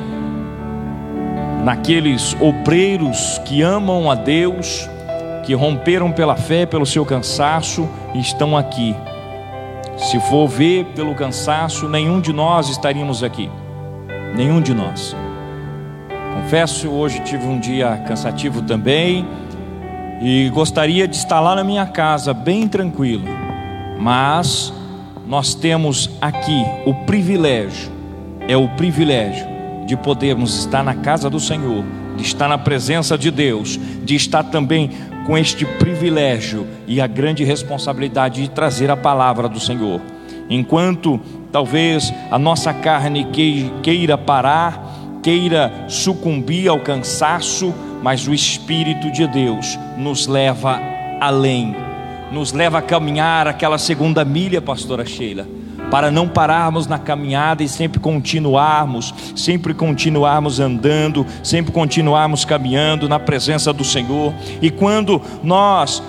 Speaker 5: naqueles obreiros que amam a Deus, que romperam pela fé, pelo seu cansaço, e estão aqui. Se for ver pelo cansaço, nenhum de nós estaríamos aqui. Nenhum de nós. Confesso, hoje tive um dia cansativo também, e gostaria de estar lá na minha casa, bem tranquilo. Mas nós temos aqui o privilégio, é o privilégio de podermos estar na casa do Senhor, de estar na presença de Deus, de estar também com este privilégio e a grande responsabilidade de trazer a palavra do Senhor. Enquanto talvez a nossa carne queira parar, queira sucumbir ao cansaço, mas o Espírito de Deus nos leva além, nos leva a caminhar aquela segunda milha, pastora Sheila, para não pararmos na caminhada e sempre continuarmos, sempre continuarmos andando, sempre continuarmos caminhando na presença do Senhor. E quando nós,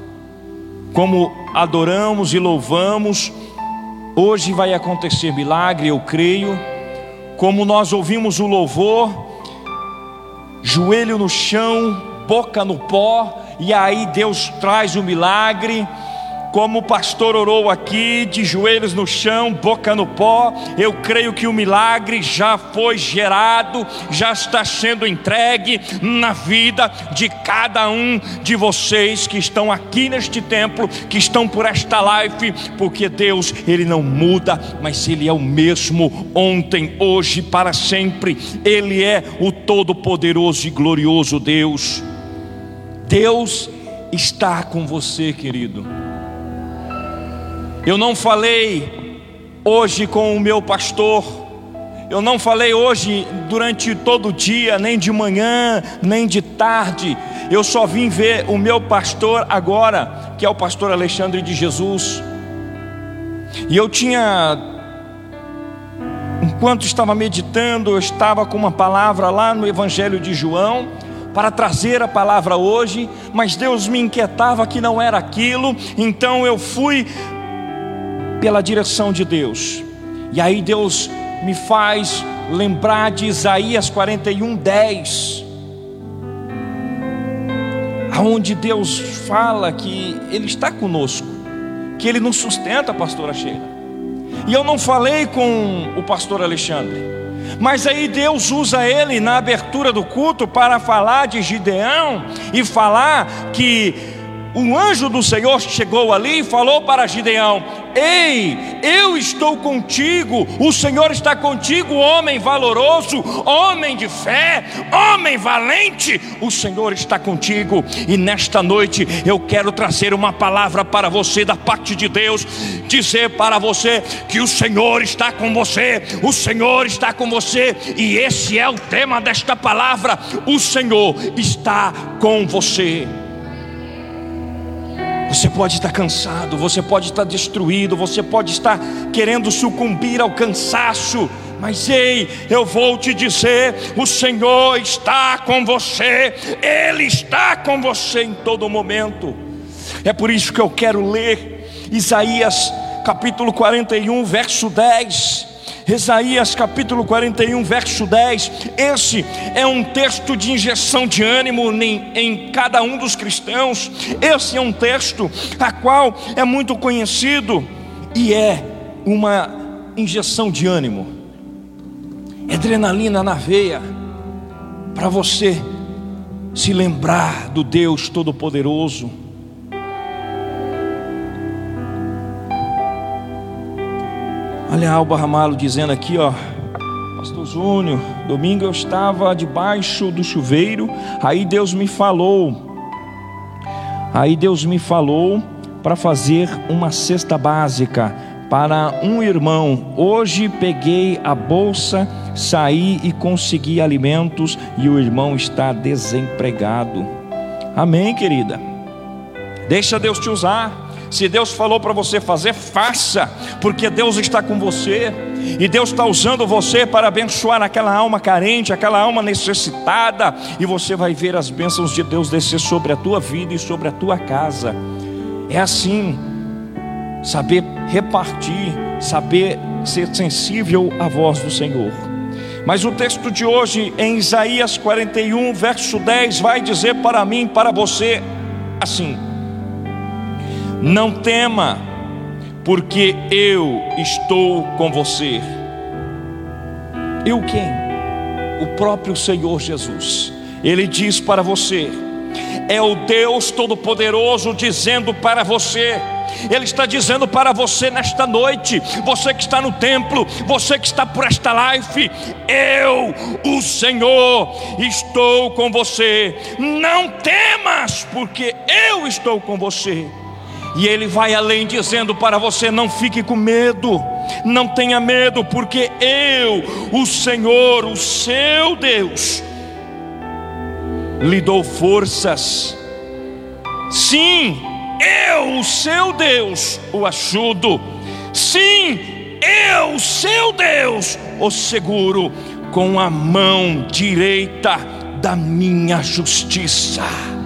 Speaker 5: como adoramos e louvamos, hoje vai acontecer milagre, eu creio. Como nós ouvimos o louvor, joelho no chão, boca no pó, e aí Deus traz o milagre. Como o pastor orou aqui, de joelhos no chão, boca no pó, eu creio que o milagre já foi gerado, já está sendo entregue na vida de cada um de vocês que estão aqui neste templo, que estão por esta live, porque Deus, Ele não muda, mas Ele é o mesmo ontem, hoje, para sempre. Ele é o todo-poderoso e glorioso Deus. Deus está com você, querido. Eu não falei hoje com o meu pastor, eu não falei hoje durante todo o dia, nem de manhã, nem de tarde. Eu só vim ver o meu pastor agora, que é o pastor Alexandre de Jesus. E eu tinha, enquanto estava meditando, eu estava com uma palavra lá no Evangelho de João, para trazer a palavra hoje, mas Deus me inquietava que não era aquilo, então eu fui pela direção de Deus. E aí Deus me faz lembrar de Isaías quarenta e um, dez, aonde Deus fala que Ele está conosco, que Ele nos sustenta, pastora Sheila. E eu não falei com o pastor Alexandre, mas aí Deus usa ele na abertura do culto para falar de Gideão e falar que o anjo do Senhor chegou ali e falou para Gideão: ei, eu estou contigo, o Senhor está contigo, homem valoroso, homem de fé, homem valente, o Senhor está contigo. E nesta noite eu quero trazer uma palavra para você da parte de Deus, dizer para você que o Senhor está com você, o Senhor está com você, e esse é o tema desta palavra: o Senhor está com você. Você pode estar cansado, você pode estar destruído, você pode estar querendo sucumbir ao cansaço, mas ei, eu vou te dizer: o Senhor está com você, Ele está com você em todo momento. É por isso que eu quero ler Isaías capítulo quarenta e um, verso dez. Isaías capítulo quarenta e um, verso dez. Esse é um texto de injeção de ânimo em, em cada um dos cristãos. Esse é um texto a qual é muito conhecido e é uma injeção de ânimo, adrenalina na veia, para você se lembrar do Deus Todo-Poderoso. Olha Alba Ramalho dizendo aqui, ó: pastor Júnior, domingo eu estava debaixo do chuveiro, aí Deus me falou, aí Deus me falou para fazer uma cesta básica para um irmão. Hoje peguei a bolsa, saí e consegui alimentos, e o irmão está desempregado. Amém, querida? Deixa Deus te usar. Se Deus falou para você fazer, faça, porque Deus está com você, e Deus está usando você para abençoar aquela alma carente, aquela alma necessitada, e você vai ver as bênçãos de Deus descer sobre a tua vida e sobre a tua casa. É assim, saber repartir, saber ser sensível à voz do Senhor. Mas o texto de hoje, em Isaías quarenta e um, verso dez, vai dizer para mim, para você, assim: não tema, porque eu estou com você. Eu quem? O próprio Senhor Jesus. Ele diz para você, é o Deus Todo-Poderoso dizendo para você. Ele está dizendo para você nesta noite, você que está no templo, você que está por esta live: eu, o Senhor, estou com você. Não temas, porque eu estou com você. E Ele vai além dizendo para você: não fique com medo, não tenha medo, porque eu, o Senhor, o seu Deus, lhe dou forças. Sim, eu, o seu Deus, o ajudo. Sim, eu, o seu Deus, o seguro com a mão direita da minha justiça.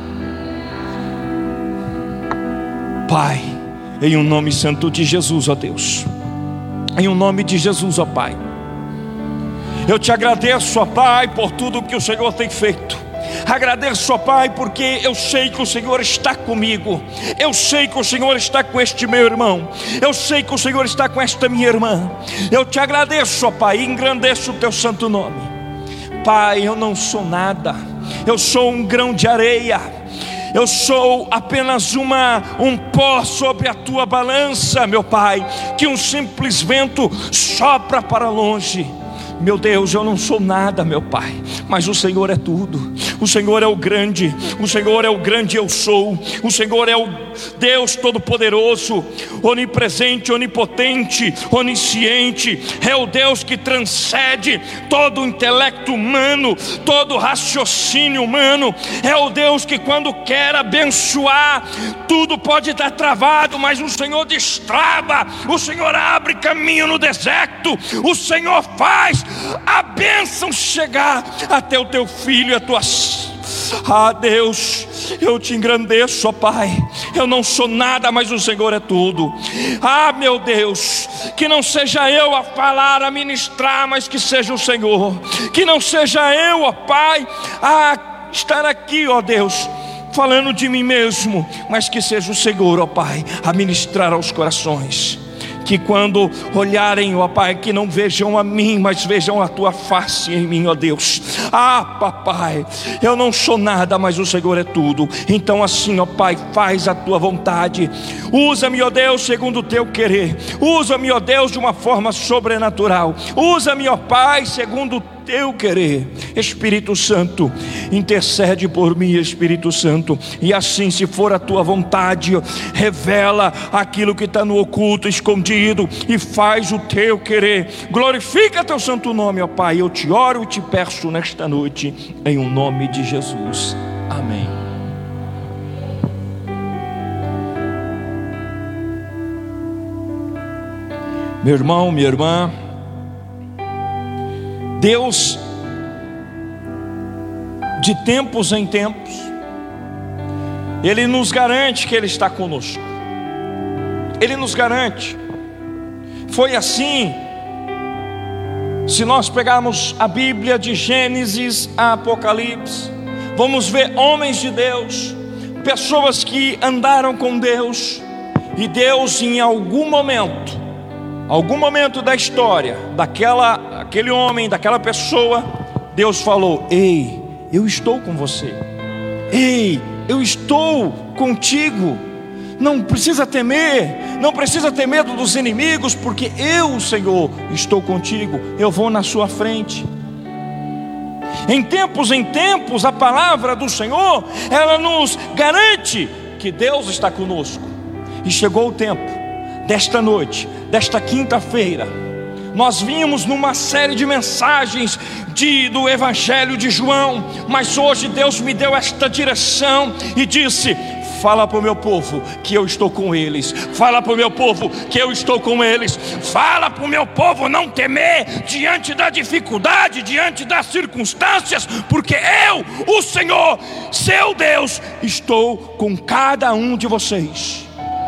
Speaker 5: Pai, em um nome santo de Jesus, ó Deus, em um nome de Jesus, ó Pai, eu te agradeço, ó Pai, por tudo que o Senhor tem feito. Agradeço, ó Pai, porque eu sei que o Senhor está comigo. Eu sei que o Senhor está com este meu irmão. Eu sei que o Senhor está com esta minha irmã. Eu te agradeço, ó Pai, e engrandeço o teu santo nome. Pai, eu não sou nada. Eu sou um grão de areia. Eu sou apenas uma, um pó sobre a tua balança, meu Pai, que um simples vento sopra para longe. Meu Deus, eu não sou nada, meu Pai, mas o Senhor é tudo. O Senhor é o grande, o Senhor é o grande eu sou. O Senhor é o Deus Todo-Poderoso, onipresente, onipotente, onisciente. É o Deus que transcende todo o intelecto humano, todo o raciocínio humano. É o Deus que, quando quer abençoar, tudo pode estar travado, mas o Senhor destrava. O Senhor abre caminho no deserto. O Senhor faz a bênção chegar até o teu filho e a tua... Ah, Deus, eu te engrandeço, ó Pai. Eu não sou nada, mas o Senhor é tudo. Ah, meu Deus, que não seja eu a falar, a ministrar, mas que seja o Senhor. Que não seja eu, ó Pai, a estar aqui, ó Deus, falando de mim mesmo, mas que seja o Senhor, ó Pai, a ministrar aos corações. Que quando olharem, ó Pai, que não vejam a mim, mas vejam a tua face em mim, ó Deus. Ah, papai, eu não sou nada, mas o Senhor é tudo. Então assim, ó Pai, faz a tua vontade. Usa-me, ó Deus, segundo o teu querer. Usa-me, ó Deus, de uma forma sobrenatural. Usa-me, ó Pai, segundo o teu querer. Espírito Santo, intercede por mim, Espírito Santo. E assim, se for a tua vontade, revela aquilo que está no oculto, escondido, e faz o teu querer. Glorifica teu santo nome, ó Pai. Eu te oro e te peço nesta noite, em o nome de Jesus. Amém. Meu irmão, minha irmã, Deus, de tempos em tempos, Ele nos garante que Ele está conosco. Ele nos garante. Foi assim. Se nós pegarmos a Bíblia de Gênesis a Apocalipse, vamos ver homens de Deus, pessoas que andaram com Deus, e Deus em algum momento, algum momento da história, daquela, aquele homem, daquela pessoa, Deus falou: ei, eu estou com você. Ei, eu estou contigo. Não precisa temer, não precisa ter medo dos inimigos, porque eu, Senhor, estou contigo. Eu vou na sua frente. Em tempos em tempos, a palavra do Senhor, ela nos garante que Deus está conosco. E chegou o tempo desta noite, desta quinta-feira, nós vimos numa série de mensagens de, do Evangelho de João, mas hoje Deus me deu esta direção e disse: fala para o meu povo que eu estou com eles. Fala para o meu povo que eu estou com eles. Fala para o meu povo não temer diante da dificuldade, diante das circunstâncias, porque eu, o Senhor, seu Deus, estou com cada um de vocês.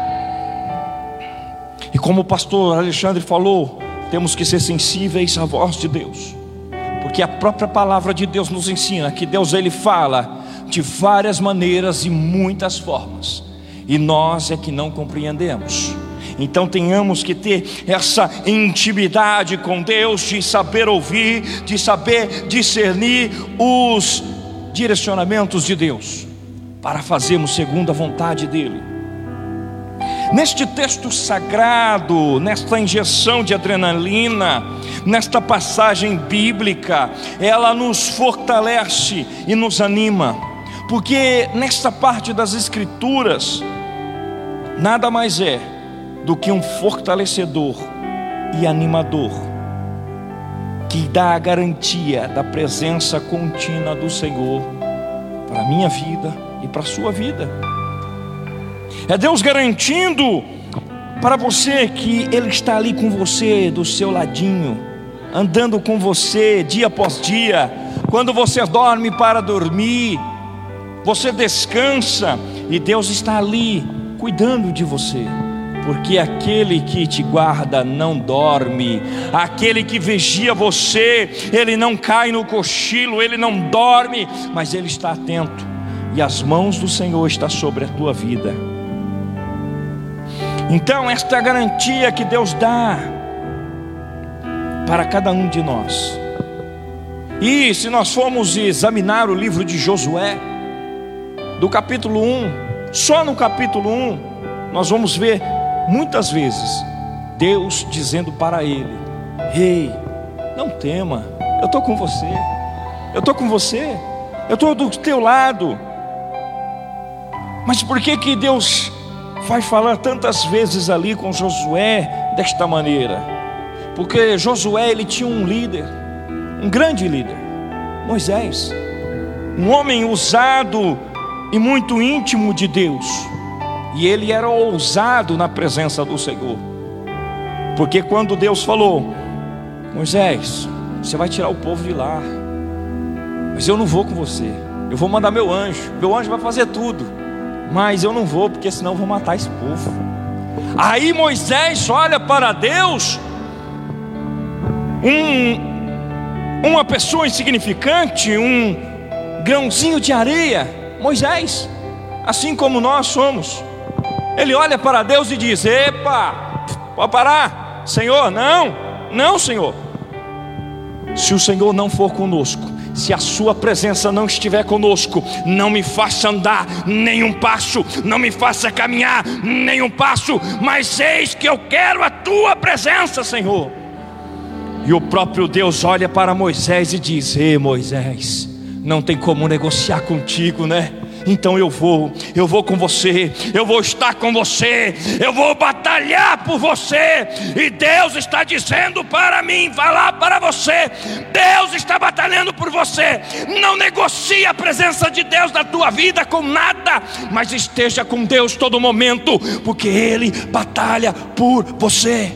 Speaker 5: E como o pastor Alexandre falou, temos que ser sensíveis à voz de Deus, porque a própria palavra de Deus nos ensina que Deus, Ele fala de várias maneiras e muitas formas, e nós é que não compreendemos. Então tenhamos que ter essa intimidade com Deus, de saber ouvir, de saber discernir os direcionamentos de Deus, para fazermos segundo a vontade dEle. Neste texto sagrado, nesta injeção de adrenalina, nesta passagem bíblica, ela nos fortalece e nos anima, porque nesta parte das Escrituras, nada mais é do que um fortalecedor e animador, que dá a garantia da presença contínua do Senhor para a minha vida e para a sua vida. É Deus garantindo para você que Ele está ali com você, do seu ladinho, andando com você dia após dia. Quando você dorme para dormir, você descansa, e Deus está ali cuidando de você, porque aquele que te guarda não dorme, aquele que vigia você, ele não cai no cochilo, ele não dorme, mas ele está atento, e as mãos do Senhor estão sobre a tua vida. Então esta é a garantia que Deus dá para cada um de nós. E se nós formos examinar o livro de Josué, do capítulo um, só no capítulo um, nós vamos ver muitas vezes Deus dizendo para ele: ei, não tema, eu estou com você, eu estou com você, eu estou do teu lado. Mas por que que Deus vai falar tantas vezes ali com Josué desta maneira? Porque Josué, ele tinha um líder, um grande líder, Moisés, um homem usado e muito íntimo de Deus, e ele era ousado na presença do Senhor, porque quando Deus falou: Moisés, você vai tirar o povo de lá, mas eu não vou com você, eu vou mandar meu anjo, meu anjo vai fazer tudo, mas eu não vou, porque senão eu vou matar esse povo. Aí Moisés olha para Deus, um, uma pessoa insignificante, um grãozinho de areia, Moisés, assim como nós somos. Ele olha para Deus e diz: epa, pode parar, Senhor, não, não Senhor. Se o Senhor não for conosco, se a sua presença não estiver conosco, não me faça andar nenhum passo, não me faça caminhar nenhum passo, mas eis que eu quero a tua presença, Senhor. E o próprio Deus olha para Moisés e diz: ei Moisés, não tem como negociar contigo, né? Então eu vou, eu vou com você, eu vou estar com você, eu vou batalhar por você. E Deus está dizendo para mim, falar para você: Deus está batalhando por você. Não negocie a presença de Deus na tua vida com nada, mas esteja com Deus todo momento, porque Ele batalha por você.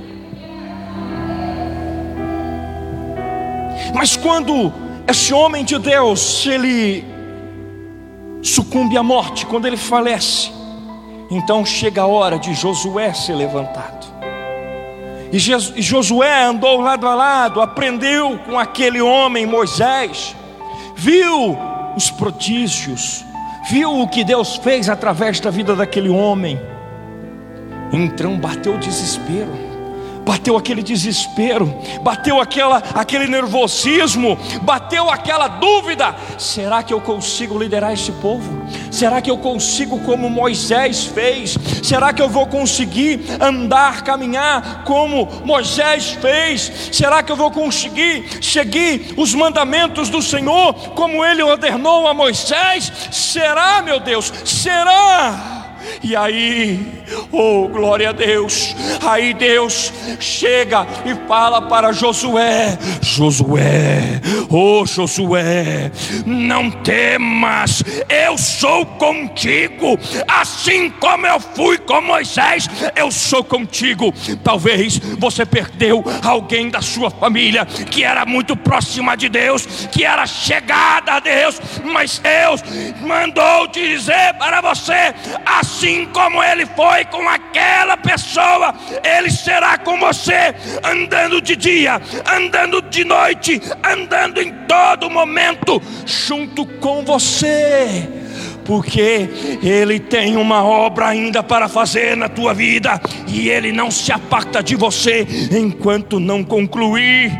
Speaker 5: Mas quando esse homem de Deus, ele sucumbe à morte, quando ele falece, então chega a hora de Josué ser levantado. E Josué andou lado a lado, aprendeu com aquele homem Moisés, viu os prodígios, viu o que Deus fez através da vida daquele homem. Então bateu o desespero, bateu aquele desespero, bateu aquela, aquele nervosismo, bateu aquela dúvida: será que eu consigo liderar esse povo? Será que eu consigo como Moisés fez? Será que eu vou conseguir andar, caminhar como Moisés fez? Será que eu vou conseguir seguir os mandamentos do Senhor como Ele ordenou a Moisés? Será, meu Deus? Será? E aí, oh glória a Deus, aí Deus chega e fala para Josué: Josué, oh Josué, não temas, eu sou contigo, assim como eu fui com Moisés, eu sou contigo. Talvez você perdeu alguém da sua família que era muito próxima de Deus, que era chegada a Deus, mas Deus mandou dizer para você: assim como Ele foi com aquela pessoa, Ele será com você, andando de dia, andando de noite, andando em todo momento, junto com você, porque Ele tem uma obra ainda para fazer na tua vida, e Ele não se aparta de você enquanto não concluir.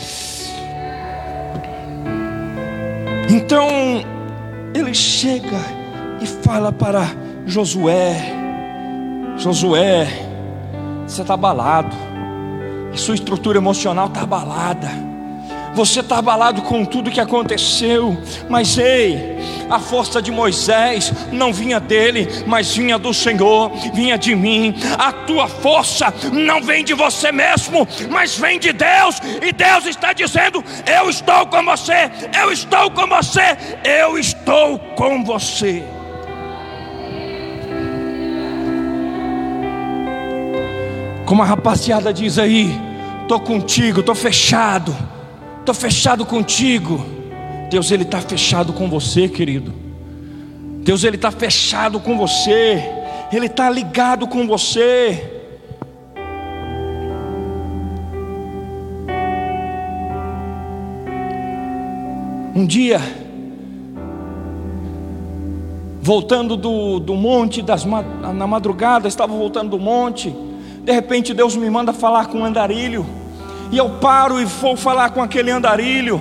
Speaker 5: Então Ele chega e fala para Josué: Josué, você está abalado, a sua estrutura emocional está abalada, você está abalado com tudo que aconteceu, mas ei, a força de Moisés não vinha dele, mas vinha do Senhor, vinha de mim. A tua força não vem de você mesmo, mas vem de Deus, e Deus está dizendo: eu estou com você, eu estou com você, eu estou com você. Como a rapaziada diz aí: estou contigo, estou fechado, estou fechado contigo. Deus, Ele está fechado com você, querido. Deus, Ele está fechado com você. Ele está ligado com você. Um dia, voltando do, do monte, das, na madrugada, estava voltando do monte. De repente Deus me manda falar com um andarilho, e eu paro e vou falar com aquele andarilho.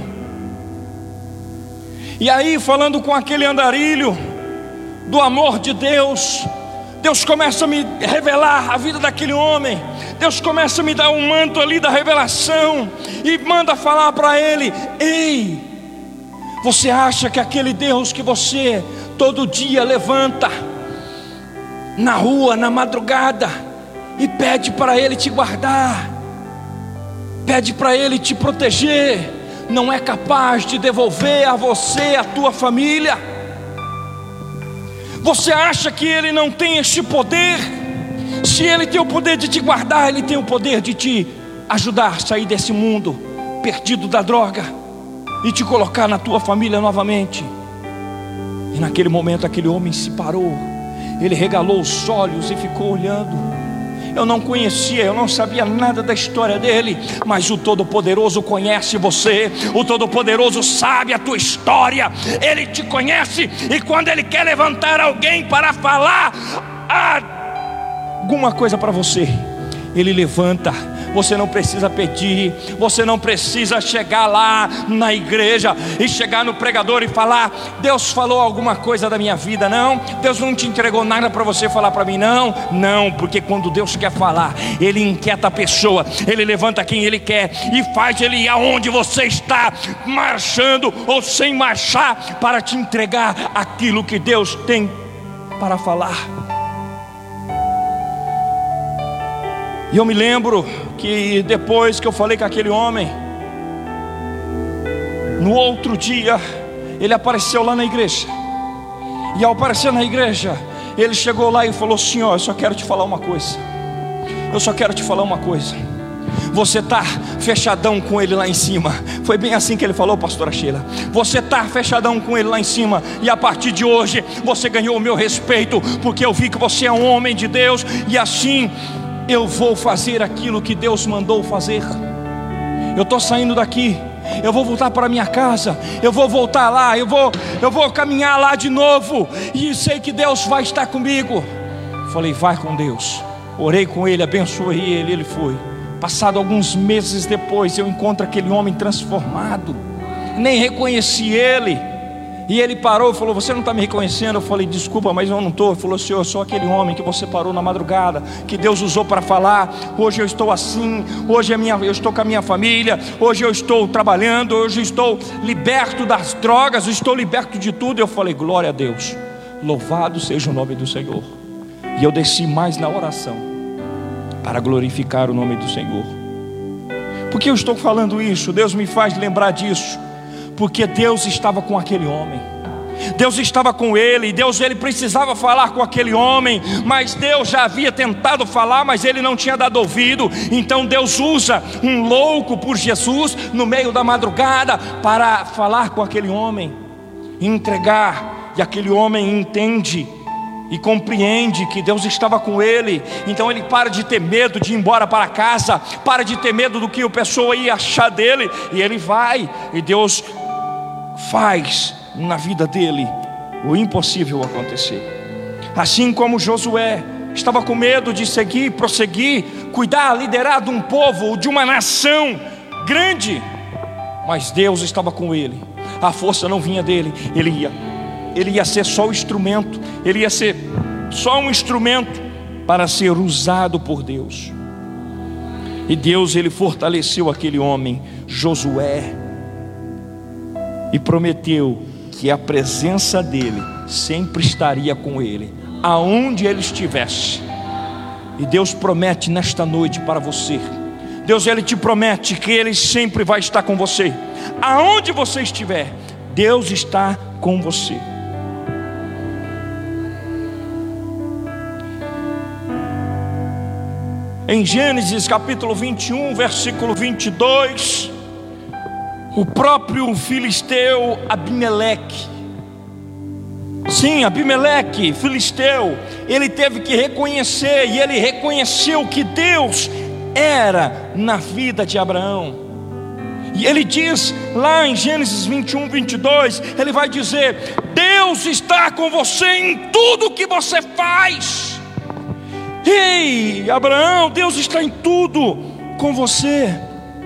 Speaker 5: E aí, falando com aquele andarilho do amor de Deus, Deus começa a me revelar a vida daquele homem. Deus começa a me dar um manto ali da revelação, e manda falar para ele: ei, você acha que aquele Deus que você todo dia levanta na rua, na madrugada, e pede para Ele te guardar, pede para Ele te proteger, não é capaz de devolver a você, a tua família? Você acha que Ele não tem este poder? Se Ele tem o poder de te guardar, Ele tem o poder de te ajudar a sair desse mundo perdido da droga e te colocar na tua família novamente. E naquele momento aquele homem se parou, ele regalou os olhos e ficou olhando. Eu não conhecia, eu não sabia nada da história dele, mas o Todo-Poderoso conhece você, o Todo-Poderoso sabe a tua história, Ele te conhece, e quando Ele quer levantar alguém para falar alguma coisa para você, Ele levanta. Você não precisa pedir, você não precisa chegar lá na igreja e chegar no pregador e falar: Deus falou alguma coisa da minha vida. Não, Deus não te entregou nada para você falar para mim. Não, não, porque quando Deus quer falar, Ele inquieta a pessoa, Ele levanta quem Ele quer e faz Ele ir aonde você está, marchando ou sem marchar, para te entregar aquilo que Deus tem para falar. E eu me lembro que depois que eu falei com aquele homem, no outro dia ele apareceu lá na igreja. E ao aparecer na igreja, ele chegou lá e falou assim: ó, eu só quero te falar uma coisa. Eu só quero te falar uma coisa. Você está fechadão com ele lá em cima. Foi bem assim que ele falou, pastora Sheila. Você está fechadão com ele lá em cima, e a partir de hoje você ganhou o meu respeito, porque eu vi que você é um homem de Deus, e assim eu vou fazer aquilo que Deus mandou fazer. Eu estou saindo daqui, eu vou voltar para minha casa, eu vou voltar lá, eu vou, eu vou caminhar lá de novo, e sei que Deus vai estar comigo. Falei: vai com Deus. Orei com ele, abençoei ele, ele foi. Passado alguns meses depois, eu encontro aquele homem transformado. Nem reconheci ele. E ele parou e falou: você não está me reconhecendo? Eu falei: desculpa, mas eu não estou. Ele falou: Senhor, eu sou aquele homem que você parou na madrugada, que Deus usou para falar. Hoje eu estou assim, hoje a minha, eu estou com a minha família, hoje eu estou trabalhando, hoje eu estou liberto das drogas, eu estou liberto de tudo. Eu falei: glória a Deus, louvado seja o nome do Senhor. E eu desci mais na oração para glorificar o nome do Senhor. Por que eu estou falando isso? Deus me faz lembrar disso, porque Deus estava com aquele homem, Deus estava com ele, Deus ele precisava falar com aquele homem, mas Deus já havia tentado falar, mas ele não tinha dado ouvido. Então Deus usa um louco por Jesus no meio da madrugada para falar com aquele homem, entregar, e aquele homem entende e compreende que Deus estava com ele. Então ele para de ter medo de ir embora para casa, para de ter medo do que o pessoa ia achar dele, e ele vai, e Deus faz na vida dele o impossível acontecer. Assim como Josué estava com medo de seguir, prosseguir, cuidar, liderar de um povo, de uma nação grande, mas Deus estava com ele. A força não vinha dele, ele ia Ele ia ser só o instrumento, ele ia ser só um instrumento para ser usado por Deus. E Deus ele fortaleceu aquele homem, Josué, e prometeu que a presença dele sempre estaria com ele, aonde ele estivesse. E Deus promete nesta noite para você, Deus ele te promete que ele sempre vai estar com você, aonde você estiver, Deus está com você. Em Gênesis capítulo vinte e um, versículo vinte e dois, o próprio filisteu Abimeleque Sim, Abimeleque, filisteu, ele teve que reconhecer, e ele reconheceu que Deus era na vida de Abraão. E ele diz lá em Gênesis vinte e um, vinte e dois, ele vai dizer: Deus está com você em tudo que você faz. Ei, Abraão, Deus está em tudo com você.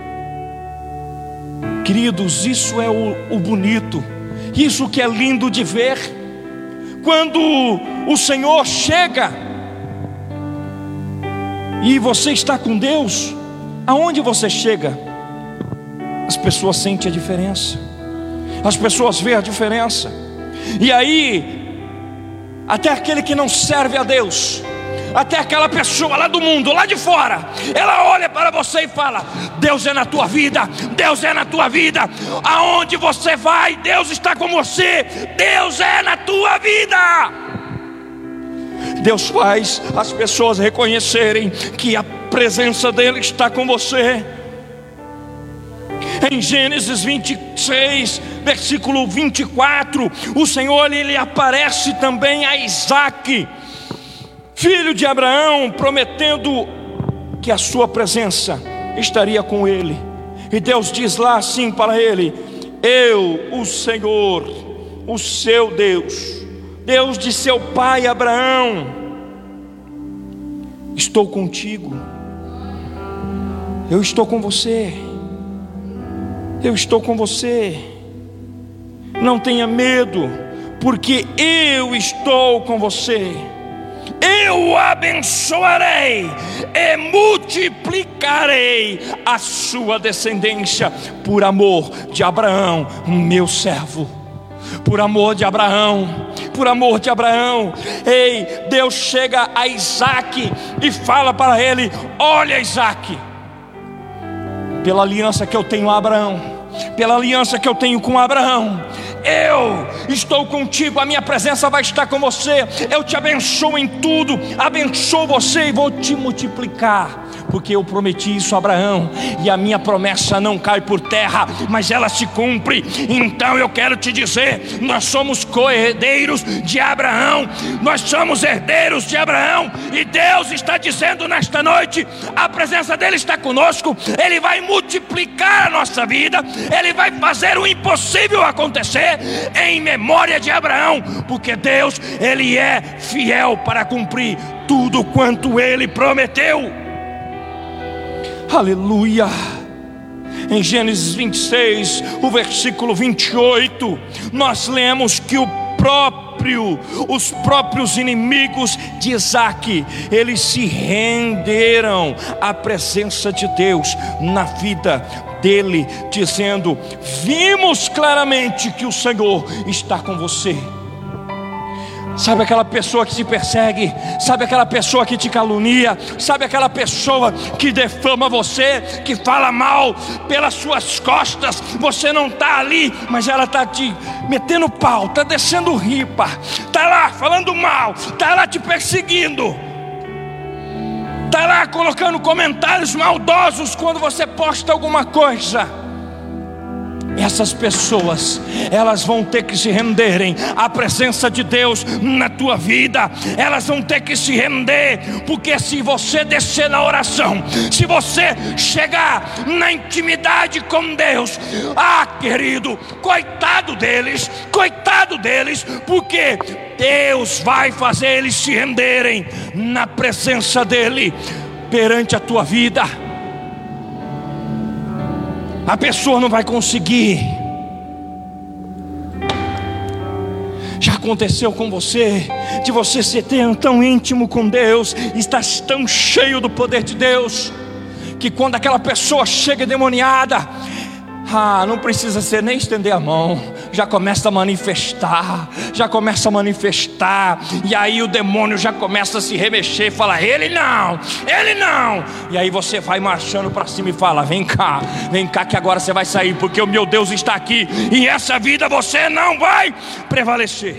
Speaker 5: Queridos, isso é o, o bonito, isso que é lindo de ver. Quando o Senhor chega e você está com Deus, aonde você chega, as pessoas sentem a diferença, as pessoas veem a diferença. E aí, até aquele que não serve a Deus, até aquela pessoa lá do mundo, lá de fora, ela olha para você e fala: Deus é na tua vida, Deus é na tua vida. Aonde você vai, Deus está com você, Deus é na tua vida. Deus faz as pessoas reconhecerem que a presença dele está com você. Em Gênesis vinte e seis, versículo vinte e quatro, o Senhor ele aparece também a Isaque, filho de Abraão, prometendo que a sua presença estaria com ele. E Deus diz lá assim para ele: eu, o Senhor, o seu Deus, Deus de seu pai Abraão, estou contigo, eu estou com você, eu estou com você. Não tenha medo, porque eu estou com você. Eu o abençoarei e multiplicarei a sua descendência, por amor de Abraão, meu servo. Por amor de Abraão, por amor de Abraão. Ei, Deus chega a Isaque e fala para ele: olha, Isaque, pela aliança que eu tenho a Abraão, pela aliança que eu tenho com Abraão, eu estou contigo, a minha presença vai estar com você. Eu te abençoo em tudo, abençoo você e vou te multiplicar, porque eu prometi isso a Abraão, e a minha promessa não cai por terra, mas ela se cumpre. Então eu quero te dizer: nós somos co-herdeiros de Abraão, nós somos herdeiros de Abraão. E Deus está dizendo nesta noite: a presença dele está conosco, ele vai multiplicar a nossa vida, ele vai fazer o impossível acontecer em memória de Abraão, porque Deus, ele é fiel para cumprir tudo quanto ele prometeu. Aleluia. Em Gênesis vinte e seis, o versículo vinte e oito, nós lemos que o próprio, os próprios inimigos de Isaque, eles se renderam à presença de Deus na vida dele, dizendo: vimos claramente que o Senhor está com você. Sabe aquela pessoa que te persegue? Sabe aquela pessoa que te calunia? Sabe aquela pessoa que defama você, que fala mal pelas suas costas? Você não está ali, mas ela está te metendo pau, está descendo ripa, está lá falando mal, está lá te perseguindo, está lá colocando comentários maldosos quando você posta alguma coisa. Essas pessoas, elas vão ter que se renderem à presença de Deus na tua vida. Elas vão ter que se render, porque se você descer na oração, se você chegar na intimidade com Deus, ah, querido, coitado deles, coitado deles, porque Deus vai fazer eles se renderem na presença dele perante a tua vida. A pessoa não vai conseguir. Já aconteceu com você, de você ser tão íntimo com Deus, estar tão cheio do poder de Deus, que quando aquela pessoa chega endemoniada, ah, não precisa ser nem estender a mão, já começa a manifestar, já começa a manifestar, e aí o demônio já começa a se remexer e fala: ele não, ele não. E aí você vai marchando para cima e fala: vem cá, vem cá que agora você vai sair, porque o meu Deus está aqui, e essa vida você não vai prevalecer.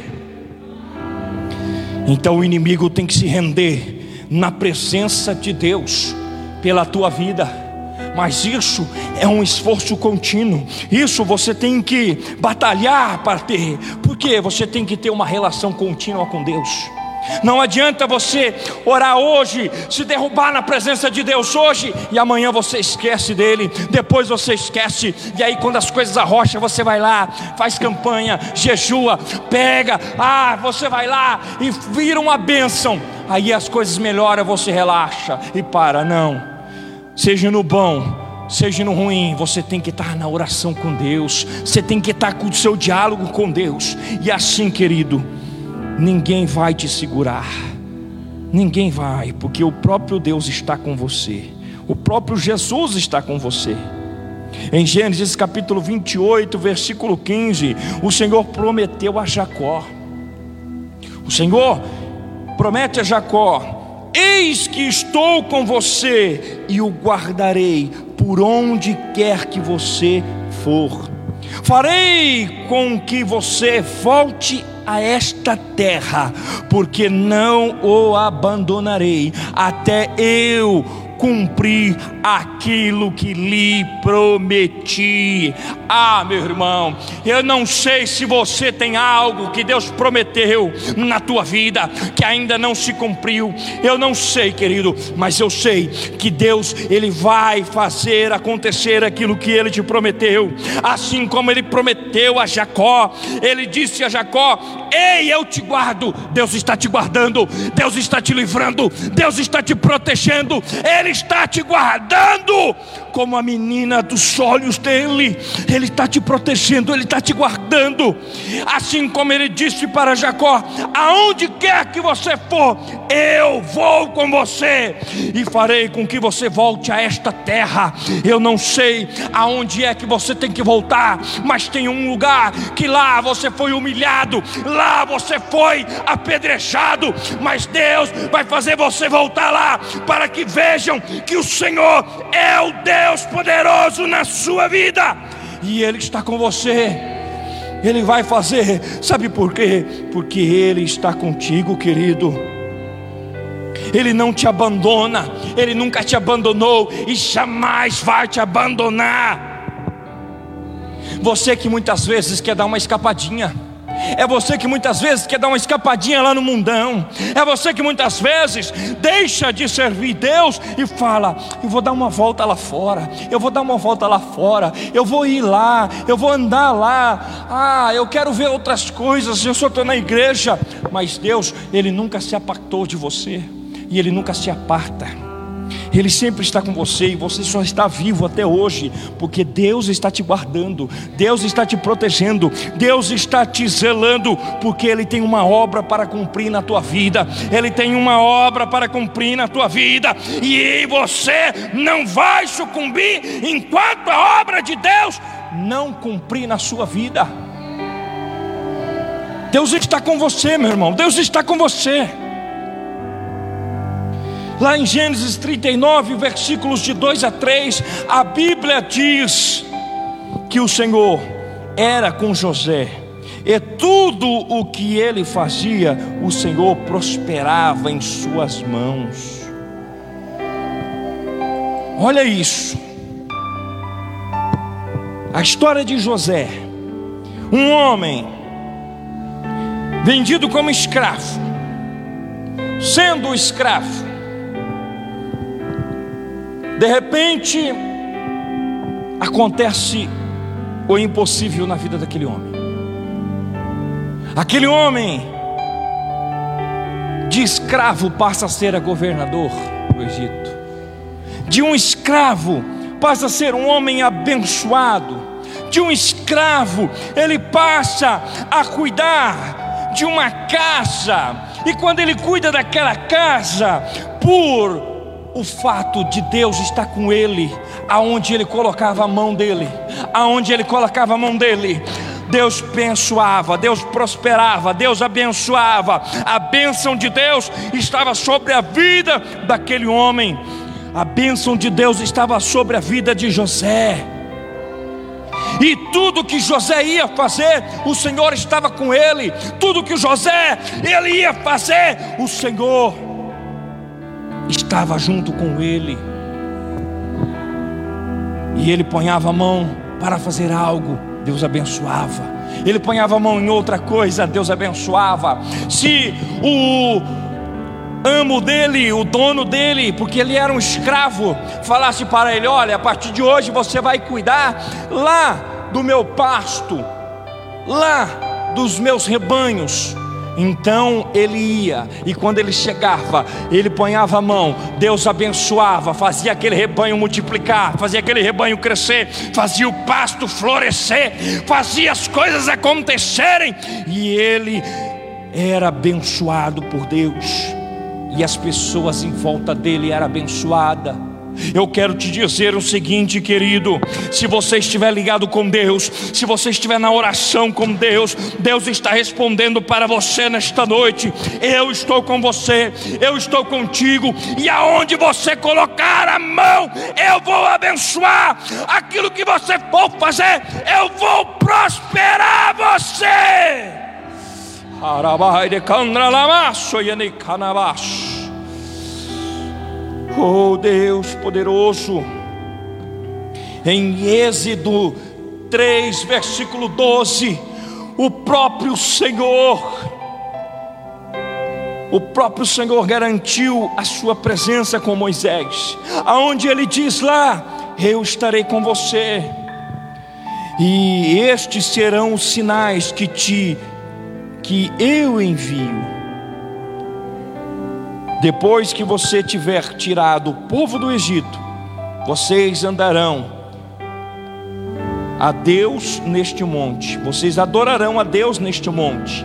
Speaker 5: Então o inimigo tem que se render na presença de Deus pela tua vida, mas isso é um esforço contínuo. Isso você tem que batalhar para ter, porque você tem que ter uma relação contínua com Deus. Não adianta você orar hoje, se derrubar na presença de Deus hoje, e amanhã você esquece dele, depois você esquece, e aí quando as coisas arrocham, você vai lá, faz campanha, jejua, pega, ah, você vai lá e vira uma bênção. Aí as coisas melhoram, você relaxa e para. Não, seja no bom, seja no ruim, você tem que estar na oração com Deus, você tem que estar com o seu diálogo com Deus. E assim, querido, ninguém vai te segurar, ninguém vai, porque o próprio Deus está com você, o próprio Jesus está com você. Em Gênesis capítulo vinte e oito, versículo quinze, o Senhor prometeu a Jacó, o Senhor promete a Jacó: eis que estou com você e o guardarei por onde quer que você for. Farei com que você volte a esta terra, porque não o abandonarei até eu cumprir aquilo que lhe prometi. Ah, meu irmão, eu não sei se você tem algo que Deus prometeu na tua vida que ainda não se cumpriu. Eu não sei, querido, mas eu sei que Deus, Ele vai fazer acontecer aquilo que Ele te prometeu. Assim como Ele prometeu a Jacó, Ele disse a Jacó: ei, eu te guardo. Deus está te guardando, Deus está te livrando, Deus está te protegendo, Ele está te guardando como a menina dos olhos dele. Ele está te protegendo, Ele está te guardando. Assim como Ele disse para Jacó: aonde quer que você for, eu vou com você e farei com que você volte a esta terra. Eu não sei aonde é que você tem que voltar, mas tem um lugar que lá você foi humilhado, lá você foi apedrejado, mas Deus vai fazer você voltar lá, para que vejam que o Senhor é o Deus poderoso na sua vida, e Ele está com você. Ele vai fazer, sabe por quê? Porque Ele está contigo, querido. Ele não te abandona, Ele nunca te abandonou e jamais vai te abandonar. Você que muitas vezes quer dar uma escapadinha, é você que muitas vezes quer dar uma escapadinha lá no mundão, é você que muitas vezes deixa de servir Deus e fala: eu vou dar uma volta lá fora, eu vou dar uma volta lá fora, eu vou ir lá, eu vou andar lá, ah, eu quero ver outras coisas, eu só estou na igreja. Mas Deus, Ele nunca se apartou de você, e Ele nunca se aparta. Ele sempre está com você, e você só está vivo até hoje porque Deus está te guardando, Deus está te protegendo, Deus está te zelando, porque Ele tem uma obra para cumprir na tua vida. Ele tem uma obra para cumprir na tua vida, e você não vai sucumbir enquanto a obra de Deus não cumprir na sua vida. Deus está com você, meu irmão, Deus está com você. Lá em Gênesis trinta e nove, versículos de dois a três, a Bíblia diz que o Senhor era com José, e tudo o que ele fazia, o Senhor prosperava em suas mãos. Olha isso, a história de José, um homem vendido como escravo, sendo escravo, de repente acontece o impossível na vida daquele homem. Aquele homem de escravo passa a ser a governador do Egito. De um escravo passa a ser um homem abençoado. De um escravo ele passa a cuidar de uma casa. E quando ele cuida daquela casa, por o fato de Deus estar com ele, aonde ele colocava a mão dele, aonde ele colocava a mão dele, Deus abençoava, Deus prosperava, Deus abençoava. A bênção de Deus estava sobre a vida daquele homem. A bênção de Deus estava sobre a vida de José. E tudo que José ia fazer, o Senhor estava com ele. Tudo que José ele ia fazer, o Senhor estava junto com ele. e ele ponhava a mão para fazer algo, Deus abençoava. Ele ponhava a mão em outra coisa, Deus abençoava. Se o amo dele, o dono dele, porque ele era um escravo, falasse para ele: olha, a partir de hoje você vai cuidar lá do meu pasto, lá dos meus rebanhos. Então ele ia, e quando ele chegava, ele ponhava a mão, Deus abençoava, fazia aquele rebanho multiplicar, fazia aquele rebanho crescer, fazia o pasto florescer, fazia as coisas acontecerem, e ele era abençoado por Deus, e as pessoas em volta dele eram abençoadas. Eu quero te dizer o seguinte, querido: se você estiver ligado com Deus, se você estiver na oração com Deus, Deus está respondendo para você nesta noite: eu estou com você, eu estou contigo, e aonde você colocar a mão, eu vou abençoar. Aquilo que você for fazer, eu vou prosperar você. Oh Deus poderoso, em Êxodo três, versículo doze, o próprio Senhor, o próprio Senhor garantiu a sua presença com Moisés, aonde ele diz lá: eu estarei com você, e estes serão os sinais que te, que eu envio. Depois que você tiver tirado o povo do Egito, vocês andarão a Deus neste monte, vocês adorarão a Deus neste monte.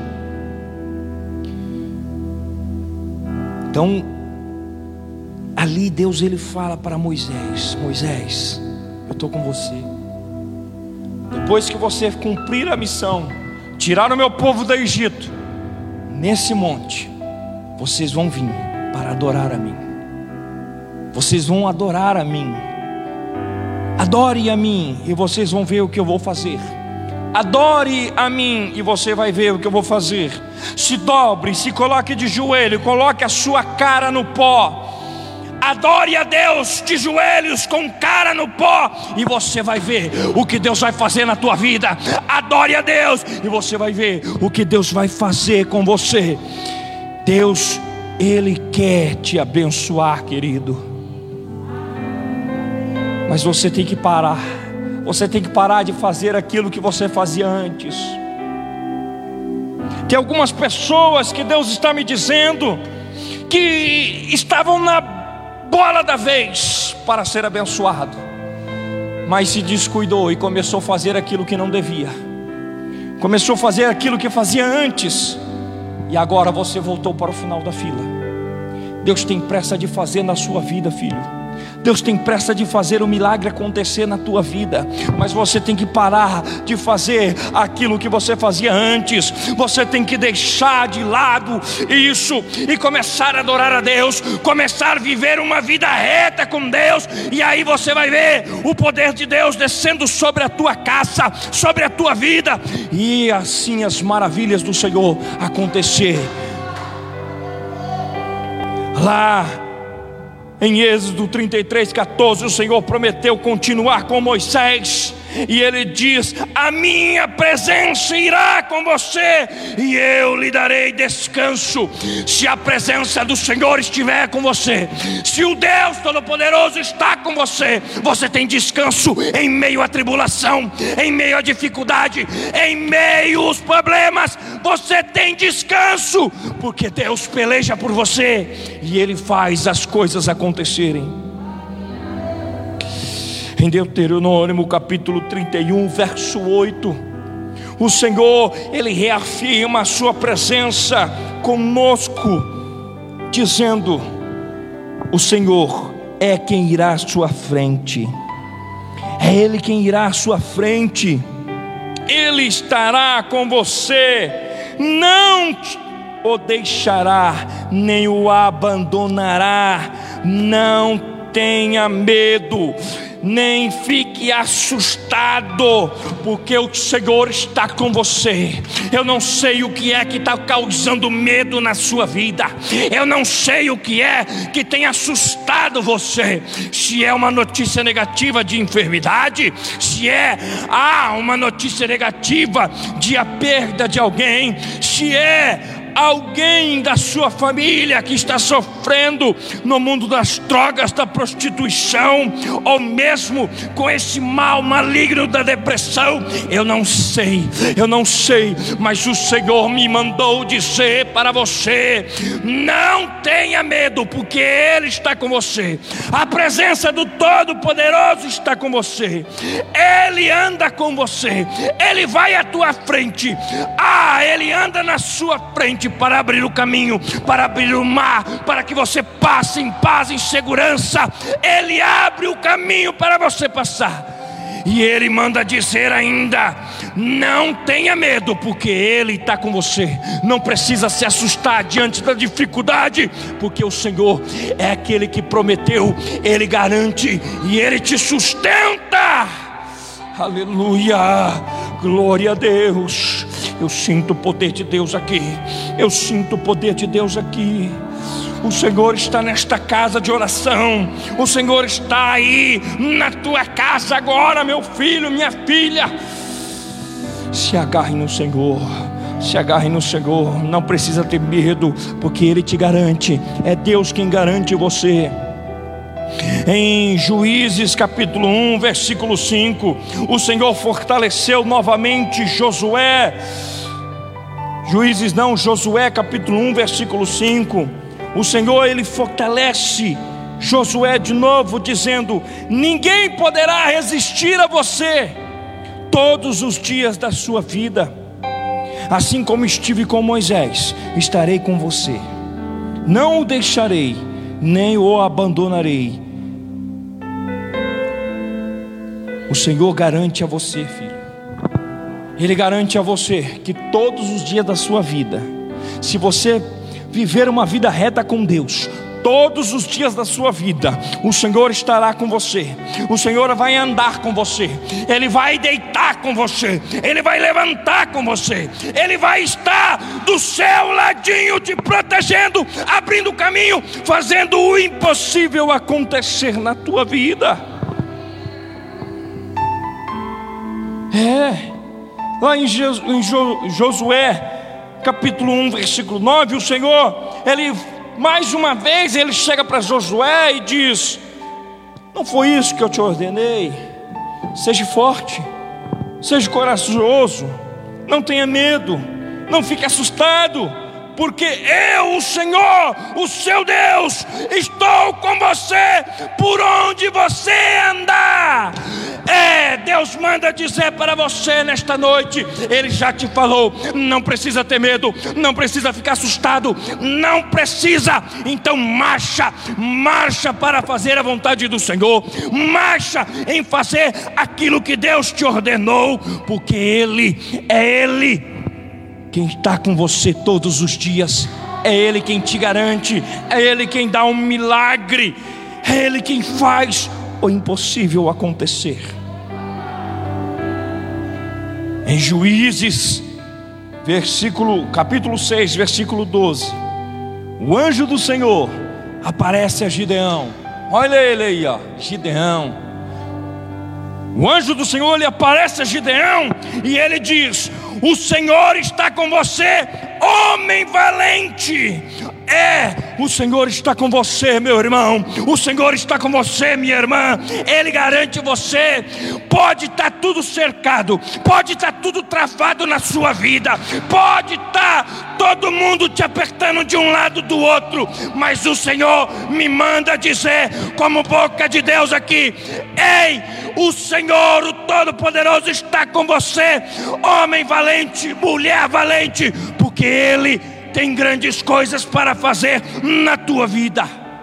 Speaker 5: Então, ali Deus ele fala para Moisés: Moisés, eu estou com você. Depois que você cumprir a missão, tirar o meu povo do Egito, nesse monte, vocês vão vir para adorar a mim. Vocês vão adorar a mim. Adore a mim e vocês vão ver o que eu vou fazer. Adore a mim e você vai ver o que eu vou fazer. Se dobre, se coloque de joelho, coloque a sua cara no pó. Adore a Deus de joelhos, com cara no pó, e você vai ver o que Deus vai fazer na tua vida. Adore a Deus e você vai ver o que Deus vai fazer com você. Deus, Ele quer te abençoar, querido, mas você tem que parar. Você tem que parar de fazer aquilo que você fazia antes. Tem algumas pessoas que Deus está me dizendo que estavam na bola da vez para ser abençoado, mas se descuidou e começou a fazer aquilo que não devia, começou a fazer aquilo que fazia antes, e agora você voltou para o final da fila. Deus tem pressa de fazer na sua vida, filho. Deus tem pressa de fazer o milagre acontecer na tua vida, mas você tem que parar de fazer aquilo que você fazia antes. Você tem que deixar de lado isso e começar a adorar a Deus, começar a viver uma vida reta com Deus, e aí você vai ver o poder de Deus descendo sobre a tua casa, sobre a tua vida, e assim as maravilhas do Senhor acontecer. Lá em Êxodo trinta e três, quatorze, o Senhor prometeu continuar com Moisés, e Ele diz: a minha presença irá com você, e eu lhe darei descanso. Se a presença do Senhor estiver com você, se o Deus Todo-Poderoso está com você, você tem descanso em meio à tribulação, em meio à dificuldade, em meio aos problemas. Você tem descanso, porque Deus peleja por você, e Ele faz as coisas acontecerem. Em Deuteronômio capítulo trinta e um, verso oito, o Senhor, Ele reafirma a sua presença conosco, dizendo: o Senhor é quem irá à sua frente, é Ele quem irá à sua frente, Ele estará com você, não o deixará, nem o abandonará. Não tenha medo. nem fique assustado, porque o Senhor está com você. Eu não sei o que é que está causando medo na sua vida. Eu não sei o que é que tem assustado você. Se é uma notícia negativa de enfermidade, se é ah, uma notícia negativa de a perda de alguém, se é alguém da sua família que está sofrendo no mundo das drogas, da prostituição, ou mesmo com esse mal maligno da depressão, eu não sei, eu não sei, mas o Senhor me mandou dizer para você: não tenha medo, porque Ele está com você. A presença do Todo-Poderoso está com você. Ele anda com você. Ele vai à tua frente. Ah, Ele anda na sua frente para abrir o caminho, para abrir o mar, para que você passe em paz, em segurança. Ele abre o caminho para você passar. E Ele manda dizer ainda: não tenha medo, porque Ele está com você. Não precisa se assustar diante da dificuldade, porque o Senhor é aquele que prometeu, Ele garante e Ele te sustenta. Aleluia, glória a Deus. Eu sinto o poder de Deus aqui. Eu sinto o poder de Deus aqui. O Senhor está nesta casa de oração. O Senhor está aí na tua casa agora, meu filho, minha filha. Se agarre no Senhor. Se agarre no Senhor. Não precisa ter medo, porque Ele te garante. É Deus quem garante você. Em Juízes capítulo um, versículo cinco, o Senhor fortaleceu novamente Josué. Juízes não, Josué capítulo um, versículo cinco. O Senhor, Ele fortalece Josué de novo, dizendo: ninguém poderá resistir a você todos os dias da sua vida. Assim como estive com Moisés, estarei com você. Não o deixarei, nem o abandonarei. O Senhor garante a você, filho. Ele garante a você que todos os dias da sua vida, se você viver uma vida reta com Deus, todos os dias da sua vida, o Senhor estará com você. O Senhor vai andar com você. Ele vai deitar com você. Ele vai levantar com você. Ele vai estar do seu ladinho te protegendo, abrindo caminho, fazendo o impossível acontecer na tua vida. É, lá em, Jesus, em jo, Josué capítulo um, versículo nove, o Senhor, Ele mais uma vez, Ele chega para Josué e diz: não foi isso que eu te ordenei? Seja forte, seja corajoso, não tenha medo, não fique assustado, porque eu, o Senhor, o seu Deus, estou com você por onde você andar. É, Deus manda dizer para você nesta noite, Ele já te falou, não precisa ter medo, não precisa ficar assustado, não precisa. Então marcha, marcha para fazer a vontade do Senhor, marcha em fazer aquilo que Deus te ordenou, porque Ele, é Ele quem está com você todos os dias. É Ele quem te garante, é Ele quem dá um milagre, é Ele quem faz o impossível acontecer. Em Juízes, versículo, capítulo seis, versículo doze, o anjo do Senhor aparece a Gideão. Olha ele aí, ó, Gideão. O anjo do Senhor, ele aparece a Gideão e ele diz: o Senhor está com você, homem valente. É, o Senhor está com você, meu irmão. O Senhor está com você, minha irmã. Ele garante você. Pode estar tudo cercado, pode estar tudo travado na sua vida, pode estar todo mundo te apertando de um lado do outro, mas o Senhor me manda dizer, como boca de Deus aqui: ei, o Senhor, o Todo-Poderoso, está com você, homem valente, mulher valente, porque Ele tem grandes coisas para fazer na tua vida.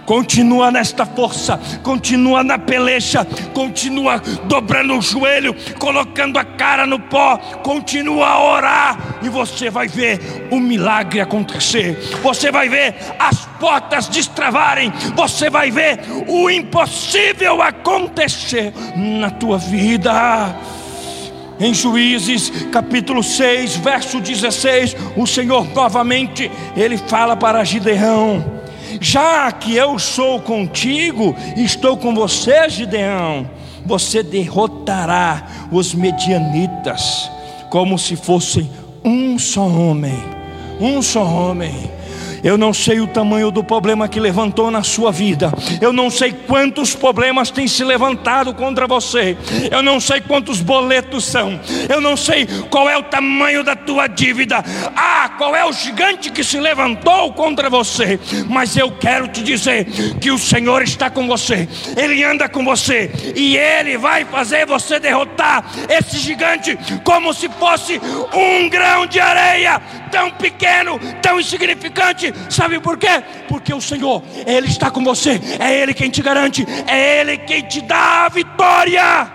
Speaker 5: Continua nesta força, continua na peleja, continua dobrando o joelho, colocando a cara no pó, continua a orar, e você vai ver o milagre acontecer. Você vai ver as portas destravarem, você vai ver o impossível acontecer na tua vida. Em Juízes capítulo seis, verso dezesseis, o Senhor novamente, Ele fala para Gideão: já que eu sou contigo, estou com você, Gideão, você derrotará os medianitas como se fossem um só homem, um só homem. Eu não sei o tamanho do problema que levantou na sua vida. Eu não sei quantos problemas têm se levantado contra você. Eu não sei quantos boletos são. Eu não sei qual é o tamanho da tua dívida. Ah, qual é o gigante que se levantou contra você. Mas eu quero te dizer que o Senhor está com você. Ele anda com você. E Ele vai fazer você derrotar esse gigante como se fosse um grão de areia, tão pequeno, tão insignificante. Sabe por quê? Porque o Senhor, Ele está com você. É Ele quem te garante, é Ele quem te dá a vitória.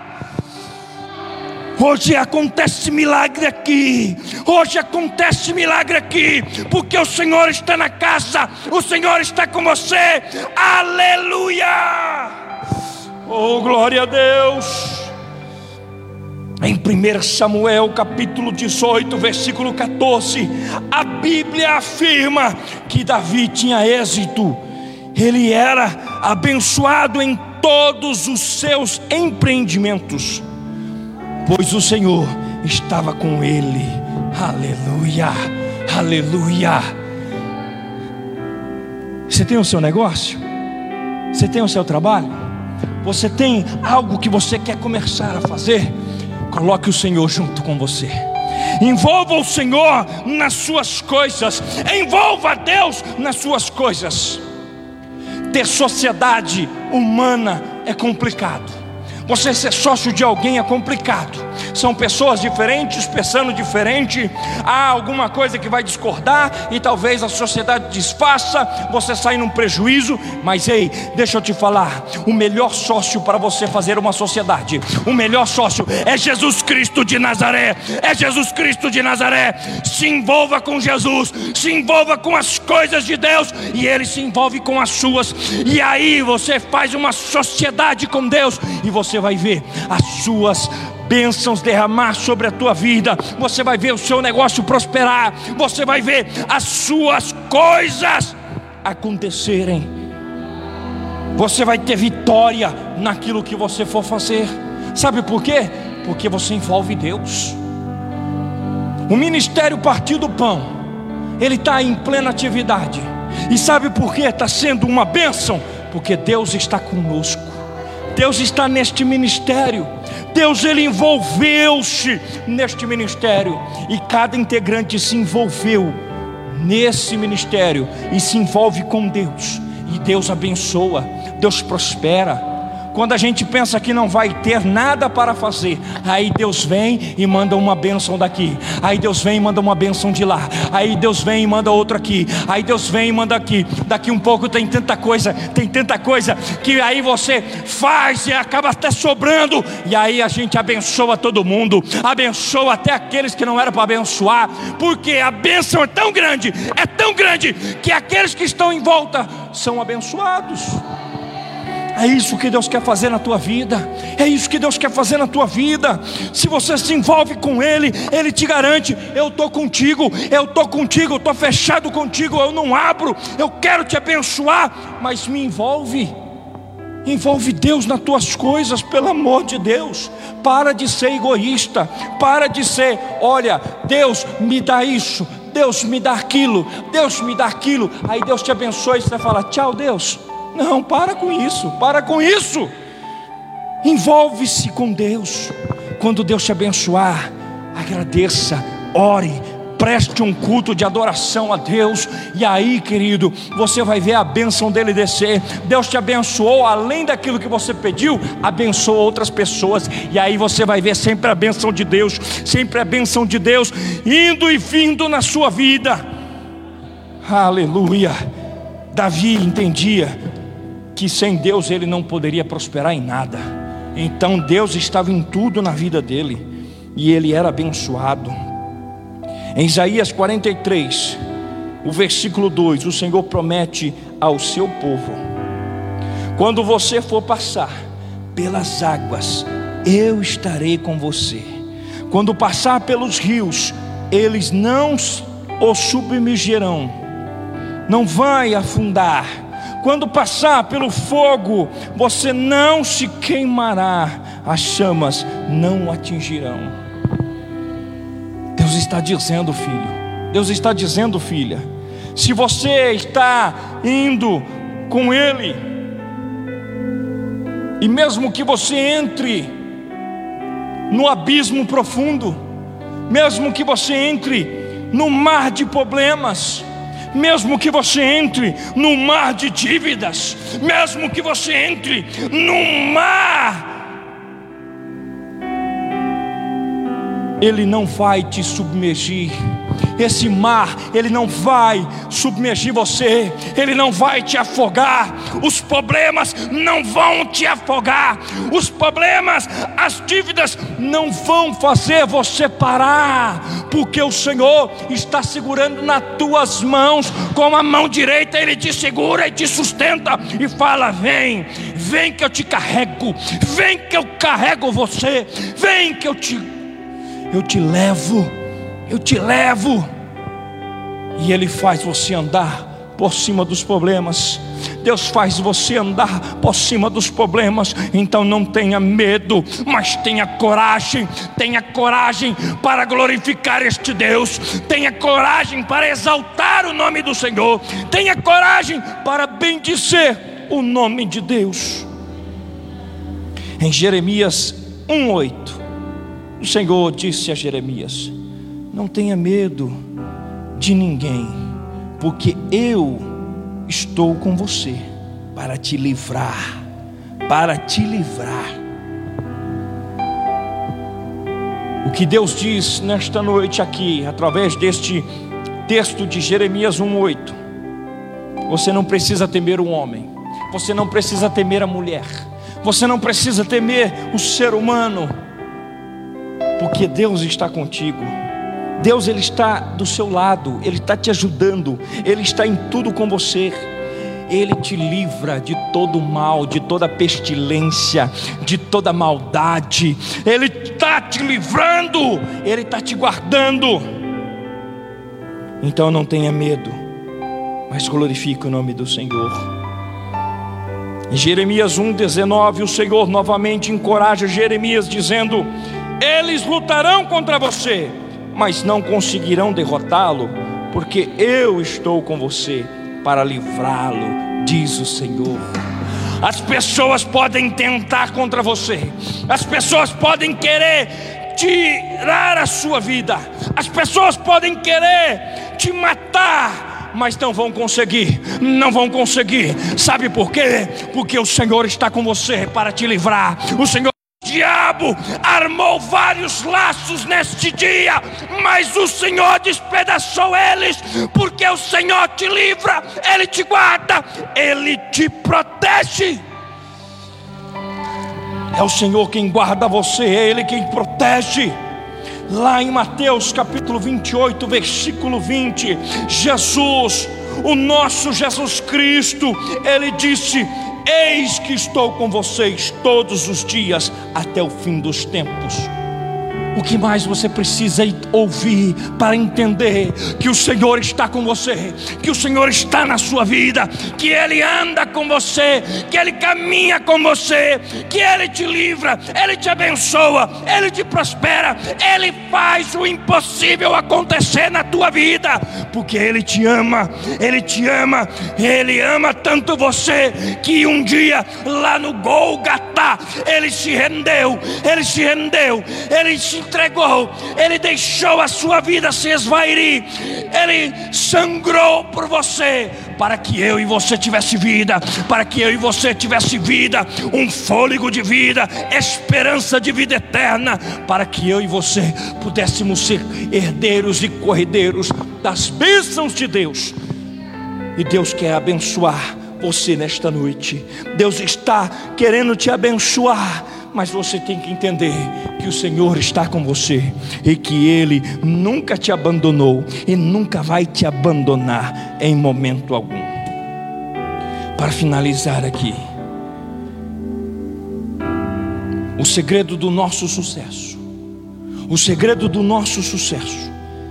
Speaker 5: Hoje acontece milagre aqui. Hoje acontece milagre aqui, porque o Senhor está na casa, o Senhor está com você. Aleluia! Oh, glória a Deus! Em primeiro Samuel capítulo dezoito, versículo quatorze, a Bíblia afirma que Davi tinha êxito. Ele era abençoado em todos os seus empreendimentos, pois o Senhor estava com ele. Aleluia, aleluia. Você tem o seu negócio? Você tem o seu trabalho? Você tem algo que você quer começar a fazer? Coloque o Senhor junto com você. Envolva o Senhor nas suas coisas. Envolva Deus nas suas coisas. Ter sociedade humana é complicado. Você ser sócio de alguém é complicado. São pessoas diferentes, pensando diferente. Há alguma coisa que vai discordar e talvez a sociedade desfaça, você sai num prejuízo. Mas ei, deixa eu te falar, o melhor sócio para você fazer uma sociedade, o melhor sócio é Jesus Cristo de Nazaré. É Jesus Cristo de Nazaré. Se envolva com Jesus, se envolva com as coisas de Deus, e Ele se envolve com as suas. E aí você faz uma sociedade com Deus, e você vai ver as suas bênçãos derramar sobre a tua vida. Você vai ver o seu negócio prosperar. Você vai ver as suas coisas acontecerem. Você vai ter vitória naquilo que você for fazer. Sabe por quê? Porque você envolve Deus. O ministério Partir do Pão, ele está em plena atividade. E sabe por quê? Está sendo uma bênção. Porque Deus está conosco. Deus está neste ministério. Deus, Ele envolveu-se neste ministério. E cada integrante se envolveu nesse ministério e se envolve com Deus. E Deus abençoa, Deus prospera. Quando a gente pensa que não vai ter nada para fazer, aí Deus vem e manda uma bênção daqui. Aí Deus vem e manda uma bênção de lá. Aí Deus vem e manda outra aqui. Aí Deus vem e manda aqui. Daqui um pouco tem tanta coisa, tem tanta coisa, que aí você faz e acaba até sobrando. E aí a gente abençoa todo mundo. Abençoa até aqueles que não eram para abençoar. Porque a bênção é tão grande, é tão grande, que aqueles que estão em volta são abençoados. É isso que Deus quer fazer na tua vida. É isso que Deus quer fazer na tua vida. Se você se envolve com Ele, Ele te garante: eu estou contigo, eu estou contigo, eu estou fechado contigo, eu não abro, eu quero te abençoar. Mas me envolve. Envolve Deus nas tuas coisas, pelo amor de Deus. Para de ser egoísta. Para de ser, olha, Deus me dá isso, Deus me dá aquilo, Deus me dá aquilo. Aí Deus te abençoa e você fala: tchau, Deus. Não, para com isso, para com isso. Envolve-se com Deus. Quando Deus te abençoar, agradeça, ore, preste um culto de adoração a Deus. E aí, querido, você vai ver a bênção dele descer. Deus te abençoou, além daquilo que você pediu, abençoa outras pessoas. E aí você vai ver sempre a bênção de Deus, sempre a bênção de Deus indo e vindo na sua vida. Aleluia. Davi entendia que sem Deus ele não poderia prosperar em nada. Então Deus estava em tudo na vida dele, e ele era abençoado. Em Isaías quarenta e três, o versículo dois, o Senhor promete ao seu povo: quando você for passar pelas águas, eu estarei com você. Quando passar pelos rios, eles não o submergirão, não vai afundar. Quando passar pelo fogo, você não se queimará, as chamas não o atingirão. Deus está dizendo, filho, Deus está dizendo, filha, se você está indo com Ele, e mesmo que você entre no abismo profundo, mesmo que você entre no mar de problemas, mesmo que você entre no mar de dívidas, mesmo que você entre num mar, Ele não vai te submergir. Esse mar, ele não vai submergir você, ele não vai te afogar. Os problemas não vão te afogar. Os problemas, as dívidas não vão fazer você parar, porque o Senhor está segurando nas tuas mãos. Com a mão direita Ele te segura e te sustenta e fala: vem, vem que eu te carrego, vem que eu carrego você, vem que eu te, eu te levo, eu te levo. E Ele faz você andar por cima dos problemas. Deus faz você andar por cima dos problemas. Então não tenha medo, mas tenha coragem. Tenha coragem para glorificar este Deus. Tenha coragem para exaltar o nome do Senhor. Tenha coragem para bendizer o nome de Deus. Em Jeremias um oito, o Senhor disse a Jeremias: não tenha medo de ninguém, porque eu estou com você para te livrar, para te livrar. O que Deus diz nesta noite aqui, através deste texto de Jeremias um oito: você não precisa temer o homem, você não precisa temer a mulher, você não precisa temer o ser humano, porque Deus está contigo. Deus, Ele está do seu lado, Ele está te ajudando, Ele está em tudo com você. Ele te livra de todo mal, de toda pestilência, de toda maldade. Ele está te livrando, Ele está te guardando. Então não tenha medo, mas glorifique o nome do Senhor. Em Jeremias um dezenove, o Senhor novamente encoraja Jeremias dizendo: eles lutarão contra você, mas não conseguirão derrotá-lo, porque eu estou com você para livrá-lo, diz o Senhor. As pessoas podem tentar contra você, as pessoas podem querer tirar a sua vida, as pessoas podem querer te matar, mas não vão conseguir, não vão conseguir. Sabe por quê? Porque o Senhor está com você para te livrar. O Senhor O diabo armou vários laços neste dia, mas o Senhor despedaçou eles, porque o Senhor te livra, Ele te guarda, Ele te protege. É o Senhor quem guarda você, é Ele quem protege. Lá em Mateus capítulo vinte e oito, versículo vinte, Jesus, o nosso Jesus Cristo, Ele disse: eis que estou com vocês todos os dias até o fim dos tempos. O que mais você precisa ouvir para entender que o Senhor está com você, que o Senhor está na sua vida, que Ele anda com você, que Ele caminha com você, que Ele te livra, Ele te abençoa, Ele te prospera, Ele faz o impossível acontecer na tua vida, porque Ele te ama, Ele te ama, Ele ama tanto você, que um dia lá no Gólgota, Ele se rendeu, Ele se rendeu, Ele se entregou, Ele deixou a sua vida se esvairir, Ele sangrou por você, para que eu e você tivesse vida, para que eu e você tivesse vida, um fôlego de vida, esperança de vida eterna, para que eu e você pudéssemos ser herdeiros e corredeiros das bênçãos de Deus. E Deus quer abençoar você nesta noite. Deus está querendo te abençoar, mas você tem que entender que o Senhor está com você e que Ele nunca te abandonou e nunca vai te abandonar em momento algum. Para finalizar aqui, o segredo do nosso sucesso, o segredo do nosso sucesso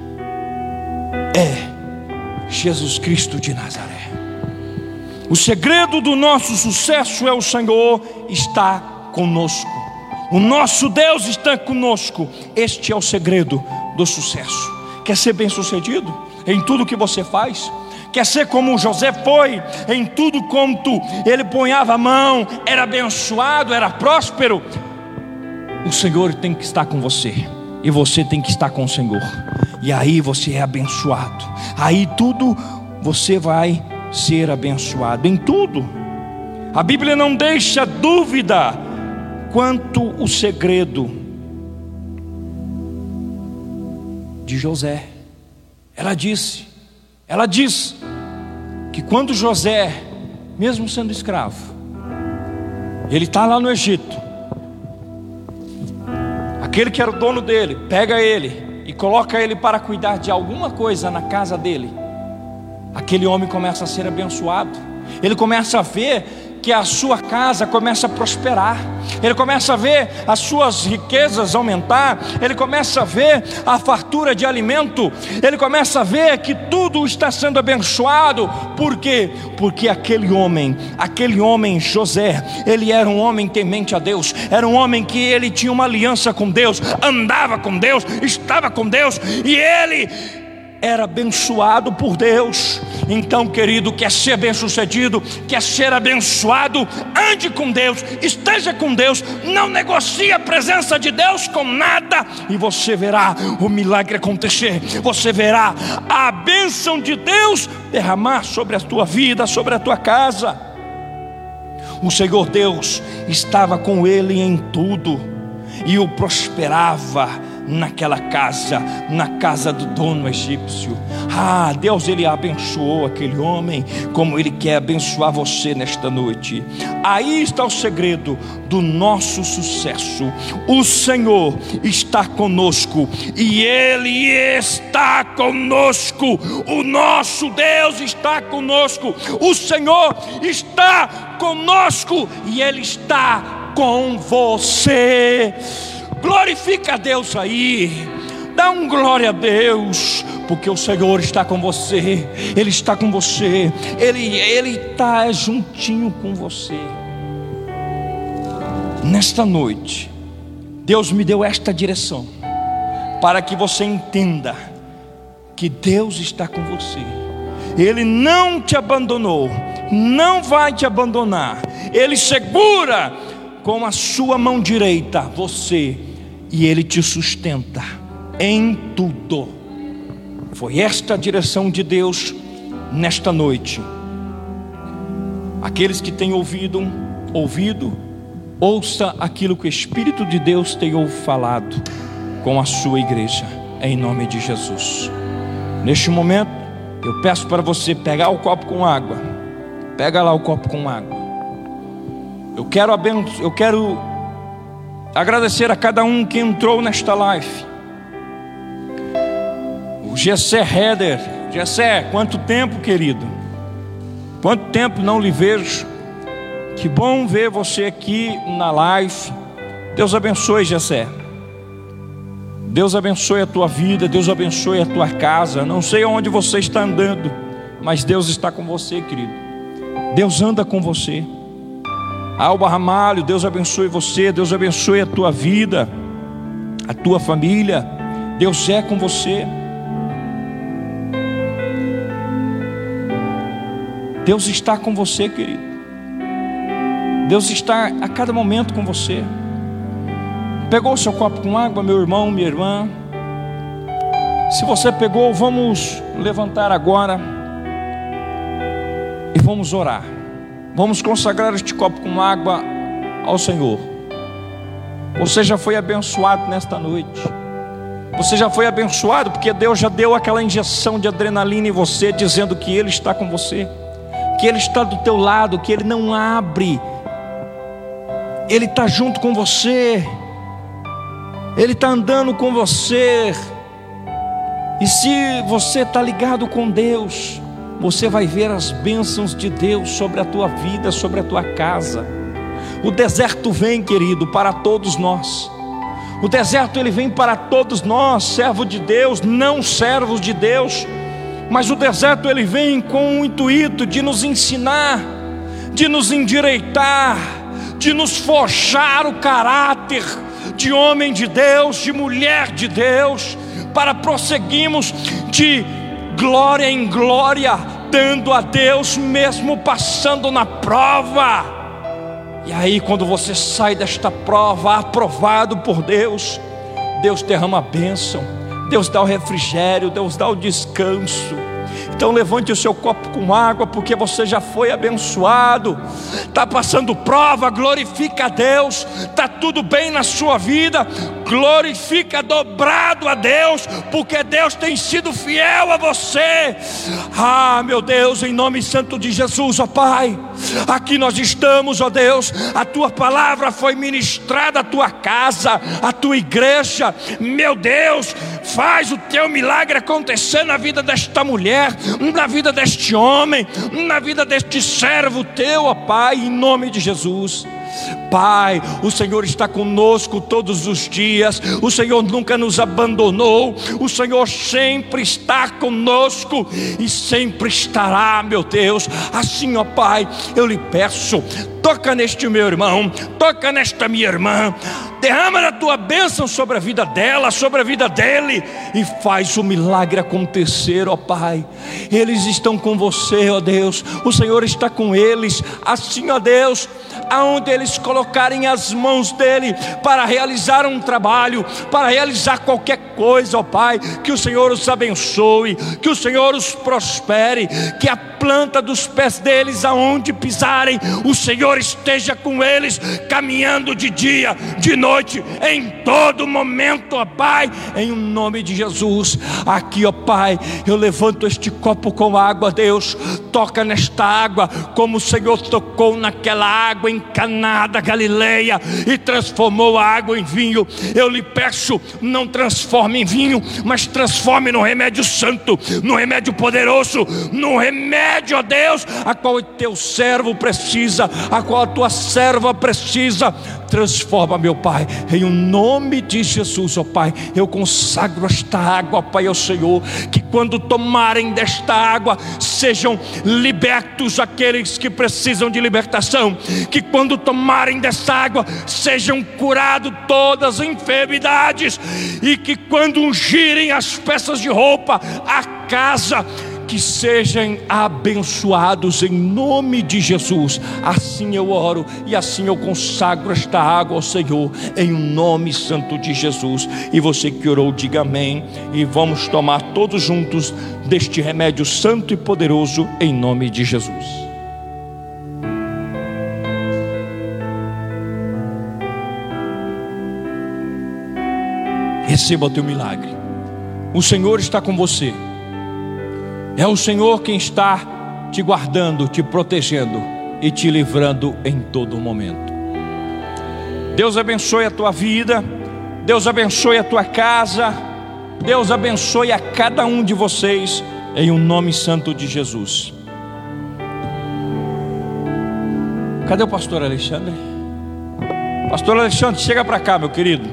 Speaker 5: é Jesus Cristo de Nazaré. O segredo do nosso sucesso é o Senhor está conosco. O nosso Deus está conosco. Este é o segredo do sucesso. Quer ser bem sucedido em tudo que você faz? Quer ser como José foi em tudo quanto ele ponhava a mão, era abençoado, era próspero? O Senhor tem que estar com você e você tem que estar com o Senhor, e aí você é abençoado. Aí tudo você vai ser abençoado em tudo. A Bíblia não deixa dúvida quanto o segredo de José. Ela disse, ela diz que quando José, mesmo sendo escravo, ele está lá no Egito, aquele que era o dono dele pega ele e coloca ele para cuidar de alguma coisa na casa dele. Aquele homem começa a ser abençoado. Ele começa a ver que a sua casa começa a prosperar. Ele começa a ver as suas riquezas aumentar. Ele começa a ver a fartura de alimento. Ele começa a ver que tudo está sendo abençoado. Por quê? Porque aquele homem, aquele homem José, ele era um homem temente a Deus. Era um homem que ele tinha uma aliança com Deus, andava com Deus, estava com Deus, e ele era abençoado por Deus. Então, querido, quer ser bem sucedido, quer ser abençoado, ande com Deus, esteja com Deus, não negocie a presença de Deus com nada, e você verá o milagre acontecer. Você verá a bênção de Deus derramar sobre a tua vida, sobre a tua casa. O Senhor Deus estava com ele em tudo e o prosperava naquela casa, na casa do dono egípcio. Ah, Deus, ele abençoou aquele homem como ele quer abençoar você nesta noite. Aí está o segredo do nosso sucesso. O Senhor está conosco e Ele está conosco. O nosso Deus está conosco. O Senhor está conosco e Ele está com você. Glorifica a Deus aí, dá um glória a Deus, porque o Senhor está com você. Ele está com você, Ele Ele está juntinho com você. Nesta noite, Deus me deu esta direção, para que você entenda que Deus está com você. Ele não te abandonou, não vai te abandonar. Ele segura com a sua mão direita você, e Ele te sustenta em tudo. Foi esta a direção de Deus nesta noite. Aqueles que têm ouvido, ouvido, ouça aquilo que o Espírito de Deus tem falado com a sua igreja, em nome de Jesus. Neste momento, eu peço para você pegar o copo com água. Pega lá o copo com água. Eu quero abençoar, eu quero agradecer a cada um que entrou nesta live. O Gessé Heder. Gessé, quanto tempo, querido? Quanto tempo não lhe vejo? Que bom ver você aqui na live. Deus abençoe, Gessé. Deus abençoe a tua vida, Deus abençoe a tua casa. Não sei onde você está andando, mas Deus está com você, querido. Deus anda com você. Alba Ramalho, Deus abençoe você, Deus abençoe a tua vida, a tua família. Deus é com você. Deus está com você, querido. Deus está a cada momento com você. Pegou o seu copo com água, meu irmão, minha irmã? Se você pegou, vamos levantar agora e vamos orar. Vamos consagrar este copo com água ao Senhor. Você já foi abençoado nesta noite. Você já foi abençoado porque Deus já deu aquela injeção de adrenalina em você, dizendo que Ele está com você, que Ele está do teu lado, que Ele não abre, Ele está junto com você, Ele está andando com você. E se você está ligado com Deus, você vai ver as bênçãos de Deus sobre a tua vida, sobre a tua casa. O deserto vem, querido, para todos nós. O deserto ele vem para todos nós, servo de Deus, não servos de Deus. Mas o deserto ele vem com o intuito de nos ensinar, de nos endireitar, de nos forjar o caráter de homem de Deus, de mulher de Deus, para prosseguirmos de glória em glória, dando a Deus mesmo passando na prova. E aí quando você sai desta prova, aprovado por Deus, Deus derrama a bênção, Deus dá o refrigério, Deus dá o descanso. Então levante o seu copo com água, porque você já foi abençoado. Está passando prova, glorifica a Deus. Está tudo bem na sua vida, glorifica dobrado a Deus, porque Deus tem sido fiel a você. Ah, meu Deus, em nome santo de Jesus, ó Pai, aqui nós estamos, ó Deus. A tua palavra foi ministrada à tua casa, à tua igreja. Meu Deus, faz o teu milagre acontecer na vida desta mulher, na vida deste homem, na vida deste servo teu, ó Pai, em nome de Jesus. Pai, o Senhor está conosco todos os dias, o Senhor nunca nos abandonou, o Senhor sempre está conosco e sempre estará, meu Deus. Assim, ó Pai, eu lhe peço, toca neste meu irmão, toca nesta minha irmã, derrama a tua bênção sobre a vida dela, sobre a vida dele, e faz o milagre acontecer, ó Pai. Eles estão com você, ó Deus, o Senhor está com eles. Assim, ó Deus, aonde eles colocarem as mãos dele para realizar um trabalho, para realizar qualquer coisa, ó Pai, que o Senhor os abençoe, que o Senhor os prospere, que a planta dos pés deles, aonde pisarem, o Senhor esteja com eles, caminhando de dia, de noite, em todo momento, ó Pai, em nome de Jesus. Aqui, ó Pai, eu levanto este copo com água, Deus, toca nesta água, como o Senhor tocou naquela água em Caná da Galileia e transformou a água em vinho. Eu lhe peço, não transforme em vinho, mas transforme no remédio santo, no remédio poderoso, no remédio, ó Deus, a qual o teu servo precisa, a qual a tua serva precisa. Transforma, meu Pai, em o nome de Jesus, ó Pai. Eu consagro esta água, ó Pai, ao Senhor, que quando tomarem desta água, sejam libertos aqueles que precisam de libertação, que quando tomarem desta água, sejam curados todas as enfermidades, e que quando ungirem as peças de roupa, a casa, que sejam abençoados em nome de Jesus. Assim eu oro e assim eu consagro esta água ao Senhor, em nome santo de Jesus. E você que orou, diga amém, e vamos tomar todos juntos deste remédio santo e poderoso, em nome de Jesus. Receba o teu milagre. O Senhor está com você. É o Senhor quem está te guardando, te protegendo e te livrando em todo momento. Deus abençoe a tua vida, Deus abençoe a tua casa, Deus abençoe a cada um de vocês, em um nome santo de Jesus. Cadê o pastor Alexandre? Pastor Alexandre, chega para cá, meu querido.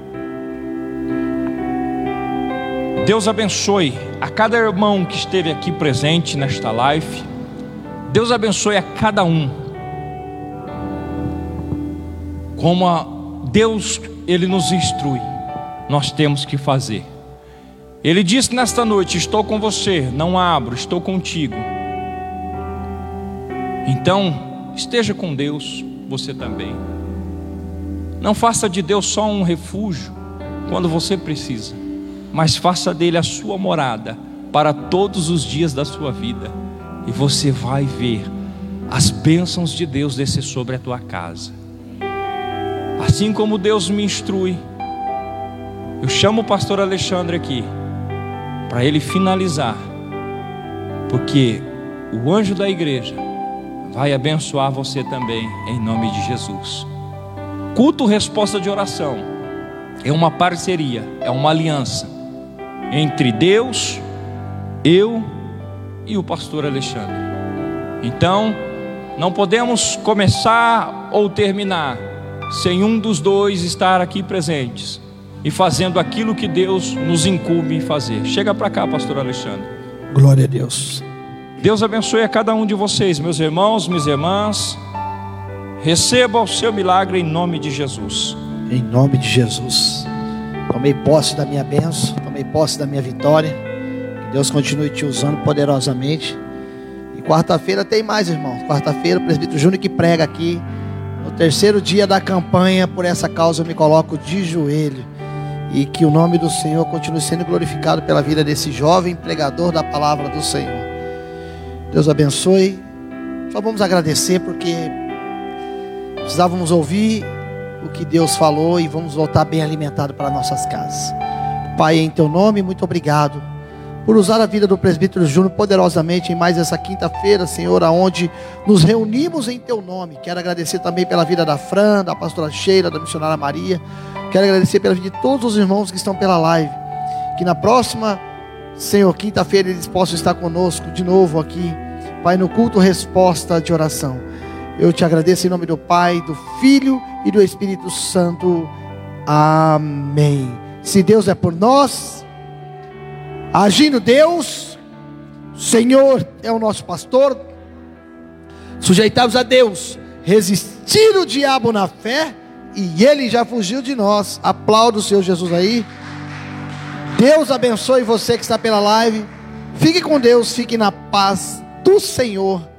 Speaker 5: Deus abençoe a cada irmão que esteve aqui presente nesta live. Deus abençoe a cada um. Como a Deus, Ele nos instrui, nós temos que fazer. Ele disse nesta noite: estou com você, não abro, estou contigo. Então, esteja com Deus, você também. Não faça de Deus só um refúgio quando você precisa, mas faça dele a sua morada para todos os dias da sua vida, e você vai ver as bênçãos de Deus descer sobre a tua casa. Assim como Deus me instrui, eu chamo o pastor Alexandre aqui para ele finalizar, porque o anjo da igreja vai abençoar você também, em nome de Jesus. Culto resposta de oração é uma parceria, é uma aliança entre Deus, eu e o pastor Alexandre. Então, não podemos começar ou terminar sem um dos dois estar aqui presentes e fazendo aquilo que Deus nos incumbe fazer. Chega para cá, pastor Alexandre.
Speaker 2: Glória a Deus.
Speaker 5: Deus abençoe a cada um de vocês, meus irmãos, minhas irmãs. Receba o seu milagre em nome de Jesus.
Speaker 2: Em nome de Jesus. Tomei posse da minha bênção, tomei posse da minha vitória. Que Deus continue te usando poderosamente. E quarta-feira tem mais, irmãos. Quarta-feira o presbítero Júnior que prega aqui. No terceiro dia da campanha, por essa causa eu me coloco de joelho. E que o nome do Senhor continue sendo glorificado pela vida desse jovem pregador da palavra do Senhor. Deus abençoe. Só vamos agradecer porque precisávamos ouvir o que Deus falou e vamos voltar bem alimentados para nossas casas. Pai, em teu nome, muito obrigado por usar a vida do presbítero Júnior poderosamente em mais essa quinta-feira, Senhor, aonde nos reunimos em teu nome. Quero agradecer também pela vida da Fran, da pastora Sheila, da missionária Maria. Quero agradecer pela vida de todos os irmãos que estão pela live. Que na próxima, Senhor, quinta-feira eles possam estar conosco de novo aqui, Pai, no culto resposta de oração. Eu te agradeço em nome do Pai, do Filho e do Espírito Santo. Amém. Se Deus é por nós, agindo Deus, Senhor é o nosso pastor, sujeitai-vos a Deus, resistir o diabo na fé, e ele já fugiu de nós. Aplauda o Senhor Jesus aí. Deus abençoe você que está pela live. Fique com Deus, fique na paz do Senhor.